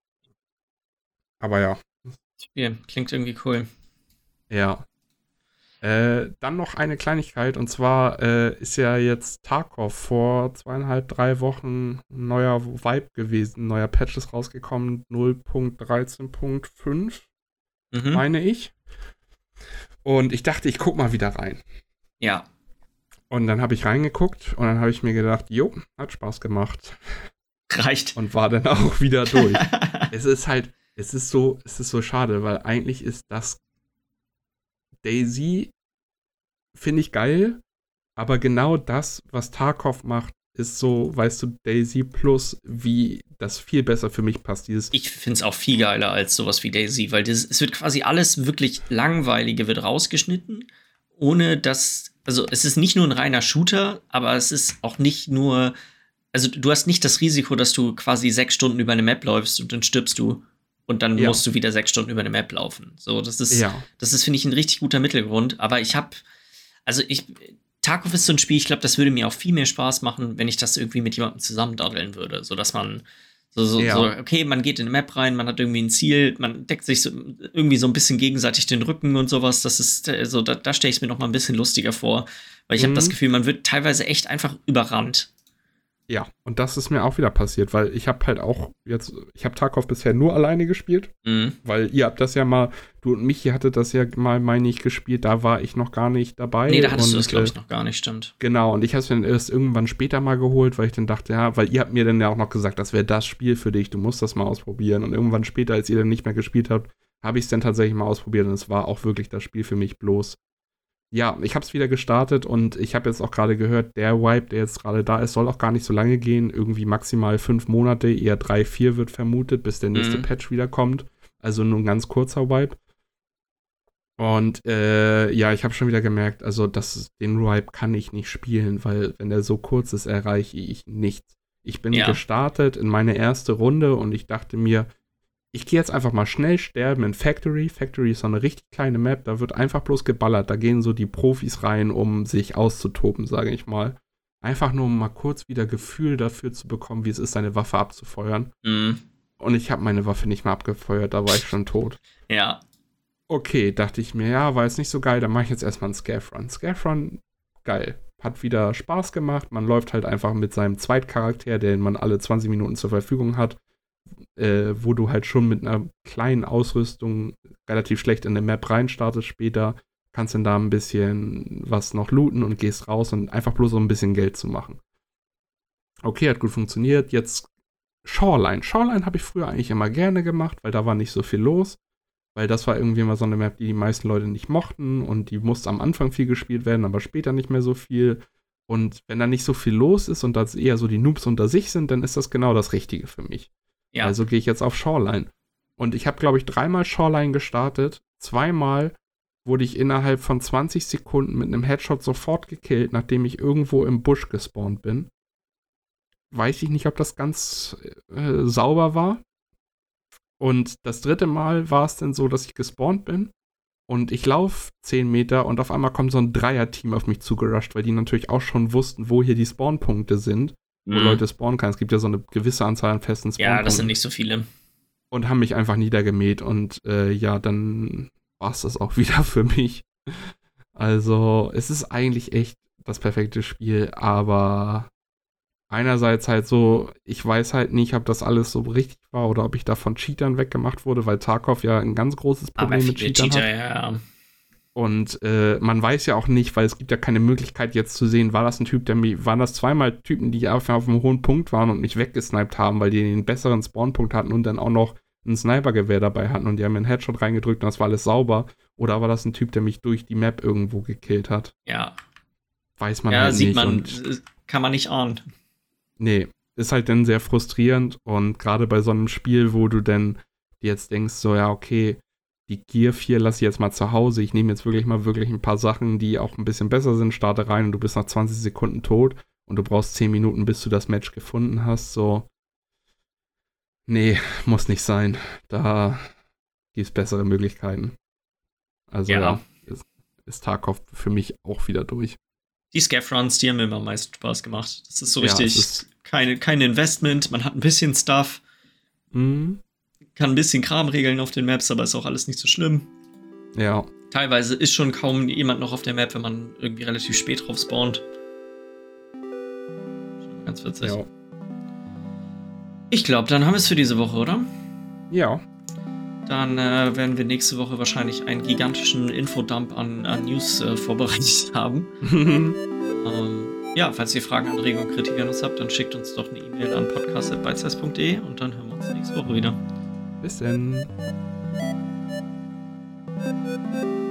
Aber ja. Ja, klingt irgendwie cool. Ja. Äh, dann noch eine Kleinigkeit, und zwar äh, ist ja jetzt Tarkov vor zweieinhalb, drei Wochen ein neuer Vibe gewesen, ein neuer Patch ist rausgekommen, null Punkt dreizehn Punkt fünf, Mhm. meine ich. Und ich dachte, ich guck mal wieder rein. Ja. Und dann habe ich reingeguckt und dann habe ich mir gedacht, jo, hat Spaß gemacht. Reicht. Und war dann auch wieder durch. Es ist halt, es ist so, es ist so schade, weil eigentlich ist das DayZ, finde ich geil, aber genau das, was Tarkov macht, ist so, weißt du, DayZ Plus, wie das viel besser für mich passt. Dieses Ich finde es auch viel geiler als sowas wie DayZ, weil das, es wird quasi alles wirklich Langweilige wird rausgeschnitten, ohne dass, also es ist nicht nur ein reiner Shooter, aber es ist auch nicht nur, also du hast nicht das Risiko, dass du quasi sechs Stunden über eine Map läufst und dann stirbst du und dann Ja. musst du wieder sechs Stunden über eine Map laufen. So, das ist, Ja. das ist, finde ich, ein richtig guter Mittelgrund, aber ich habe, also ich, Tarkov ist so ein Spiel, ich glaube, das würde mir auch viel mehr Spaß machen, wenn ich das irgendwie mit jemandem zusammen daddeln würde, so dass man so, so, Ja. so, okay, man geht in eine Map rein, man hat irgendwie ein Ziel, man deckt sich so, irgendwie so ein bisschen gegenseitig den Rücken und sowas. Das ist äh, so, da, da stelle ich es mir noch mal ein bisschen lustiger vor, weil ich Mhm. habe das Gefühl, man wird teilweise echt einfach überrannt. Ja, und das ist mir auch wieder passiert, weil ich habe halt auch jetzt, ich habe Tarkov bisher nur alleine gespielt, Mhm. weil ihr habt das ja mal, du und Michi hattet das ja mal, meine ich, gespielt, da war ich noch gar nicht dabei. Nee, da hattest und, du das, glaube äh, ich, noch gar nicht, stimmt. Genau, und ich habe es dann erst irgendwann später mal geholt, weil ich dann dachte, ja, weil ihr habt mir dann ja auch noch gesagt, das wäre das Spiel für dich, du musst das mal ausprobieren. Und irgendwann später, als ihr dann nicht mehr gespielt habt, habe ich es dann tatsächlich mal ausprobiert und es war auch wirklich das Spiel für mich bloß. Ja, ich habe es wieder gestartet und ich habe jetzt auch gerade gehört, der Vibe, der jetzt gerade da ist, soll auch gar nicht so lange gehen, irgendwie maximal fünf Monate, eher drei, vier wird vermutet, bis der nächste Mhm. Patch wiederkommt. Also nur ein ganz kurzer Vibe. Und äh, ja, ich habe schon wieder gemerkt, also das, den Vibe kann ich nicht spielen, weil wenn der so kurz ist, erreiche ich nichts. Ich bin Ja. gestartet in meine erste Runde und ich dachte mir, ich gehe jetzt einfach mal schnell sterben in Factory. Factory ist so eine richtig kleine Map, da wird einfach bloß geballert. Da gehen so die Profis rein, um sich auszutoben, sage ich mal. Einfach nur, um mal kurz wieder Gefühl dafür zu bekommen, wie es ist, seine Waffe abzufeuern. Mhm. Und ich habe meine Waffe nicht mehr abgefeuert, da war ich schon tot. Ja. Okay, dachte ich mir, ja, war jetzt nicht so geil, dann mache ich jetzt erstmal einen Scav-Run. Scav-Run, geil. hat wieder Spaß gemacht. Man läuft halt einfach mit seinem Zweitcharakter, den man alle zwanzig Minuten zur Verfügung hat, äh, wo du halt schon mit einer kleinen Ausrüstung relativ schlecht in eine Map reinstartest später, kannst dann da ein bisschen was noch looten und gehst raus und einfach bloß um ein bisschen Geld zu machen. Okay, hat gut funktioniert. Jetzt Shoreline. Shoreline habe ich früher eigentlich immer gerne gemacht, weil da war nicht so viel los. Weil das war irgendwie immer so eine Map, die die meisten Leute nicht mochten und die musste am Anfang viel gespielt werden, aber später nicht mehr so viel. Und wenn da nicht so viel los ist und das eher so die Noobs unter sich sind, dann ist das genau das Richtige für mich. Ja. Also gehe ich jetzt auf Shoreline. Und ich habe, glaube ich, dreimal Shoreline gestartet. Zweimal wurde ich innerhalb von zwanzig Sekunden mit einem Headshot sofort gekillt, nachdem ich irgendwo im Busch gespawnt bin. Weiß ich nicht, ob das ganz äh, sauber war. Und das dritte Mal war es dann so, dass ich gespawnt bin und ich laufe zehn Meter und auf einmal kommt so ein Dreier-Team auf mich zugerusht, weil die natürlich auch schon wussten, wo hier die Spawnpunkte sind, wo mhm. Leute spawnen können. Es gibt ja so eine gewisse Anzahl an festen Spawnpunkten. Ja, das sind nicht so viele. Und haben mich einfach niedergemäht und äh, ja, dann war es das auch wieder für mich. Also, es ist eigentlich echt das perfekte Spiel, aber einerseits halt so, ich weiß halt nicht, ob das alles so richtig war oder ob ich da von Cheatern weggemacht wurde, weil Tarkov ja ein ganz großes Problem mit Cheatern Cheater, hat. Ja, ja. Und äh, man weiß ja auch nicht, weil es gibt ja keine Möglichkeit jetzt zu sehen, war das ein Typ, der mich, waren das zweimal Typen, die auf, auf einem hohen Punkt waren und mich weggesniped haben, weil die einen besseren Spawnpunkt hatten und dann auch noch ein Snipergewehr dabei hatten und die haben mir einen Headshot reingedrückt und das war alles sauber. Oder war das ein Typ, der mich durch die Map irgendwo gekillt hat? Ja. Weiß man ja, halt sieht nicht. Man, und kann man nicht ahnen. Nee, ist halt dann sehr frustrierend und gerade bei so einem Spiel, wo du dann jetzt denkst, so ja, okay, die Gear vier lasse ich jetzt mal zu Hause, ich nehme jetzt wirklich mal wirklich ein paar Sachen, die auch ein bisschen besser sind, starte rein und du bist nach zwanzig Sekunden tot und du brauchst zehn Minuten, bis du das Match gefunden hast, so, nee, muss nicht sein, da gibt es bessere Möglichkeiten. Also ja, ja ist, ist Tarkov für mich auch wieder durch. Die Scav-Runs, die haben mir immer am meisten Spaß gemacht. Das ist so Ja, richtig, es ist keine, kein Investment, man hat ein bisschen Stuff, mhm. kann ein bisschen Kram regeln auf den Maps, aber ist auch alles nicht so schlimm. Ja. Teilweise ist schon kaum jemand noch auf der Map, wenn man irgendwie relativ spät drauf spawnt. Schon ganz witzig. Ja. Ich glaube, dann haben wir es für diese Woche, oder? Ja. Dann äh, werden wir nächste Woche wahrscheinlich einen gigantischen Infodump an, an News äh, vorbereitet haben. ähm, ja, falls ihr Fragen, Anregungen, Kritik an uns habt, dann schickt uns doch eine E-Mail an podcast at bitesize punkt de und dann hören wir uns nächste Woche wieder. Bis dann.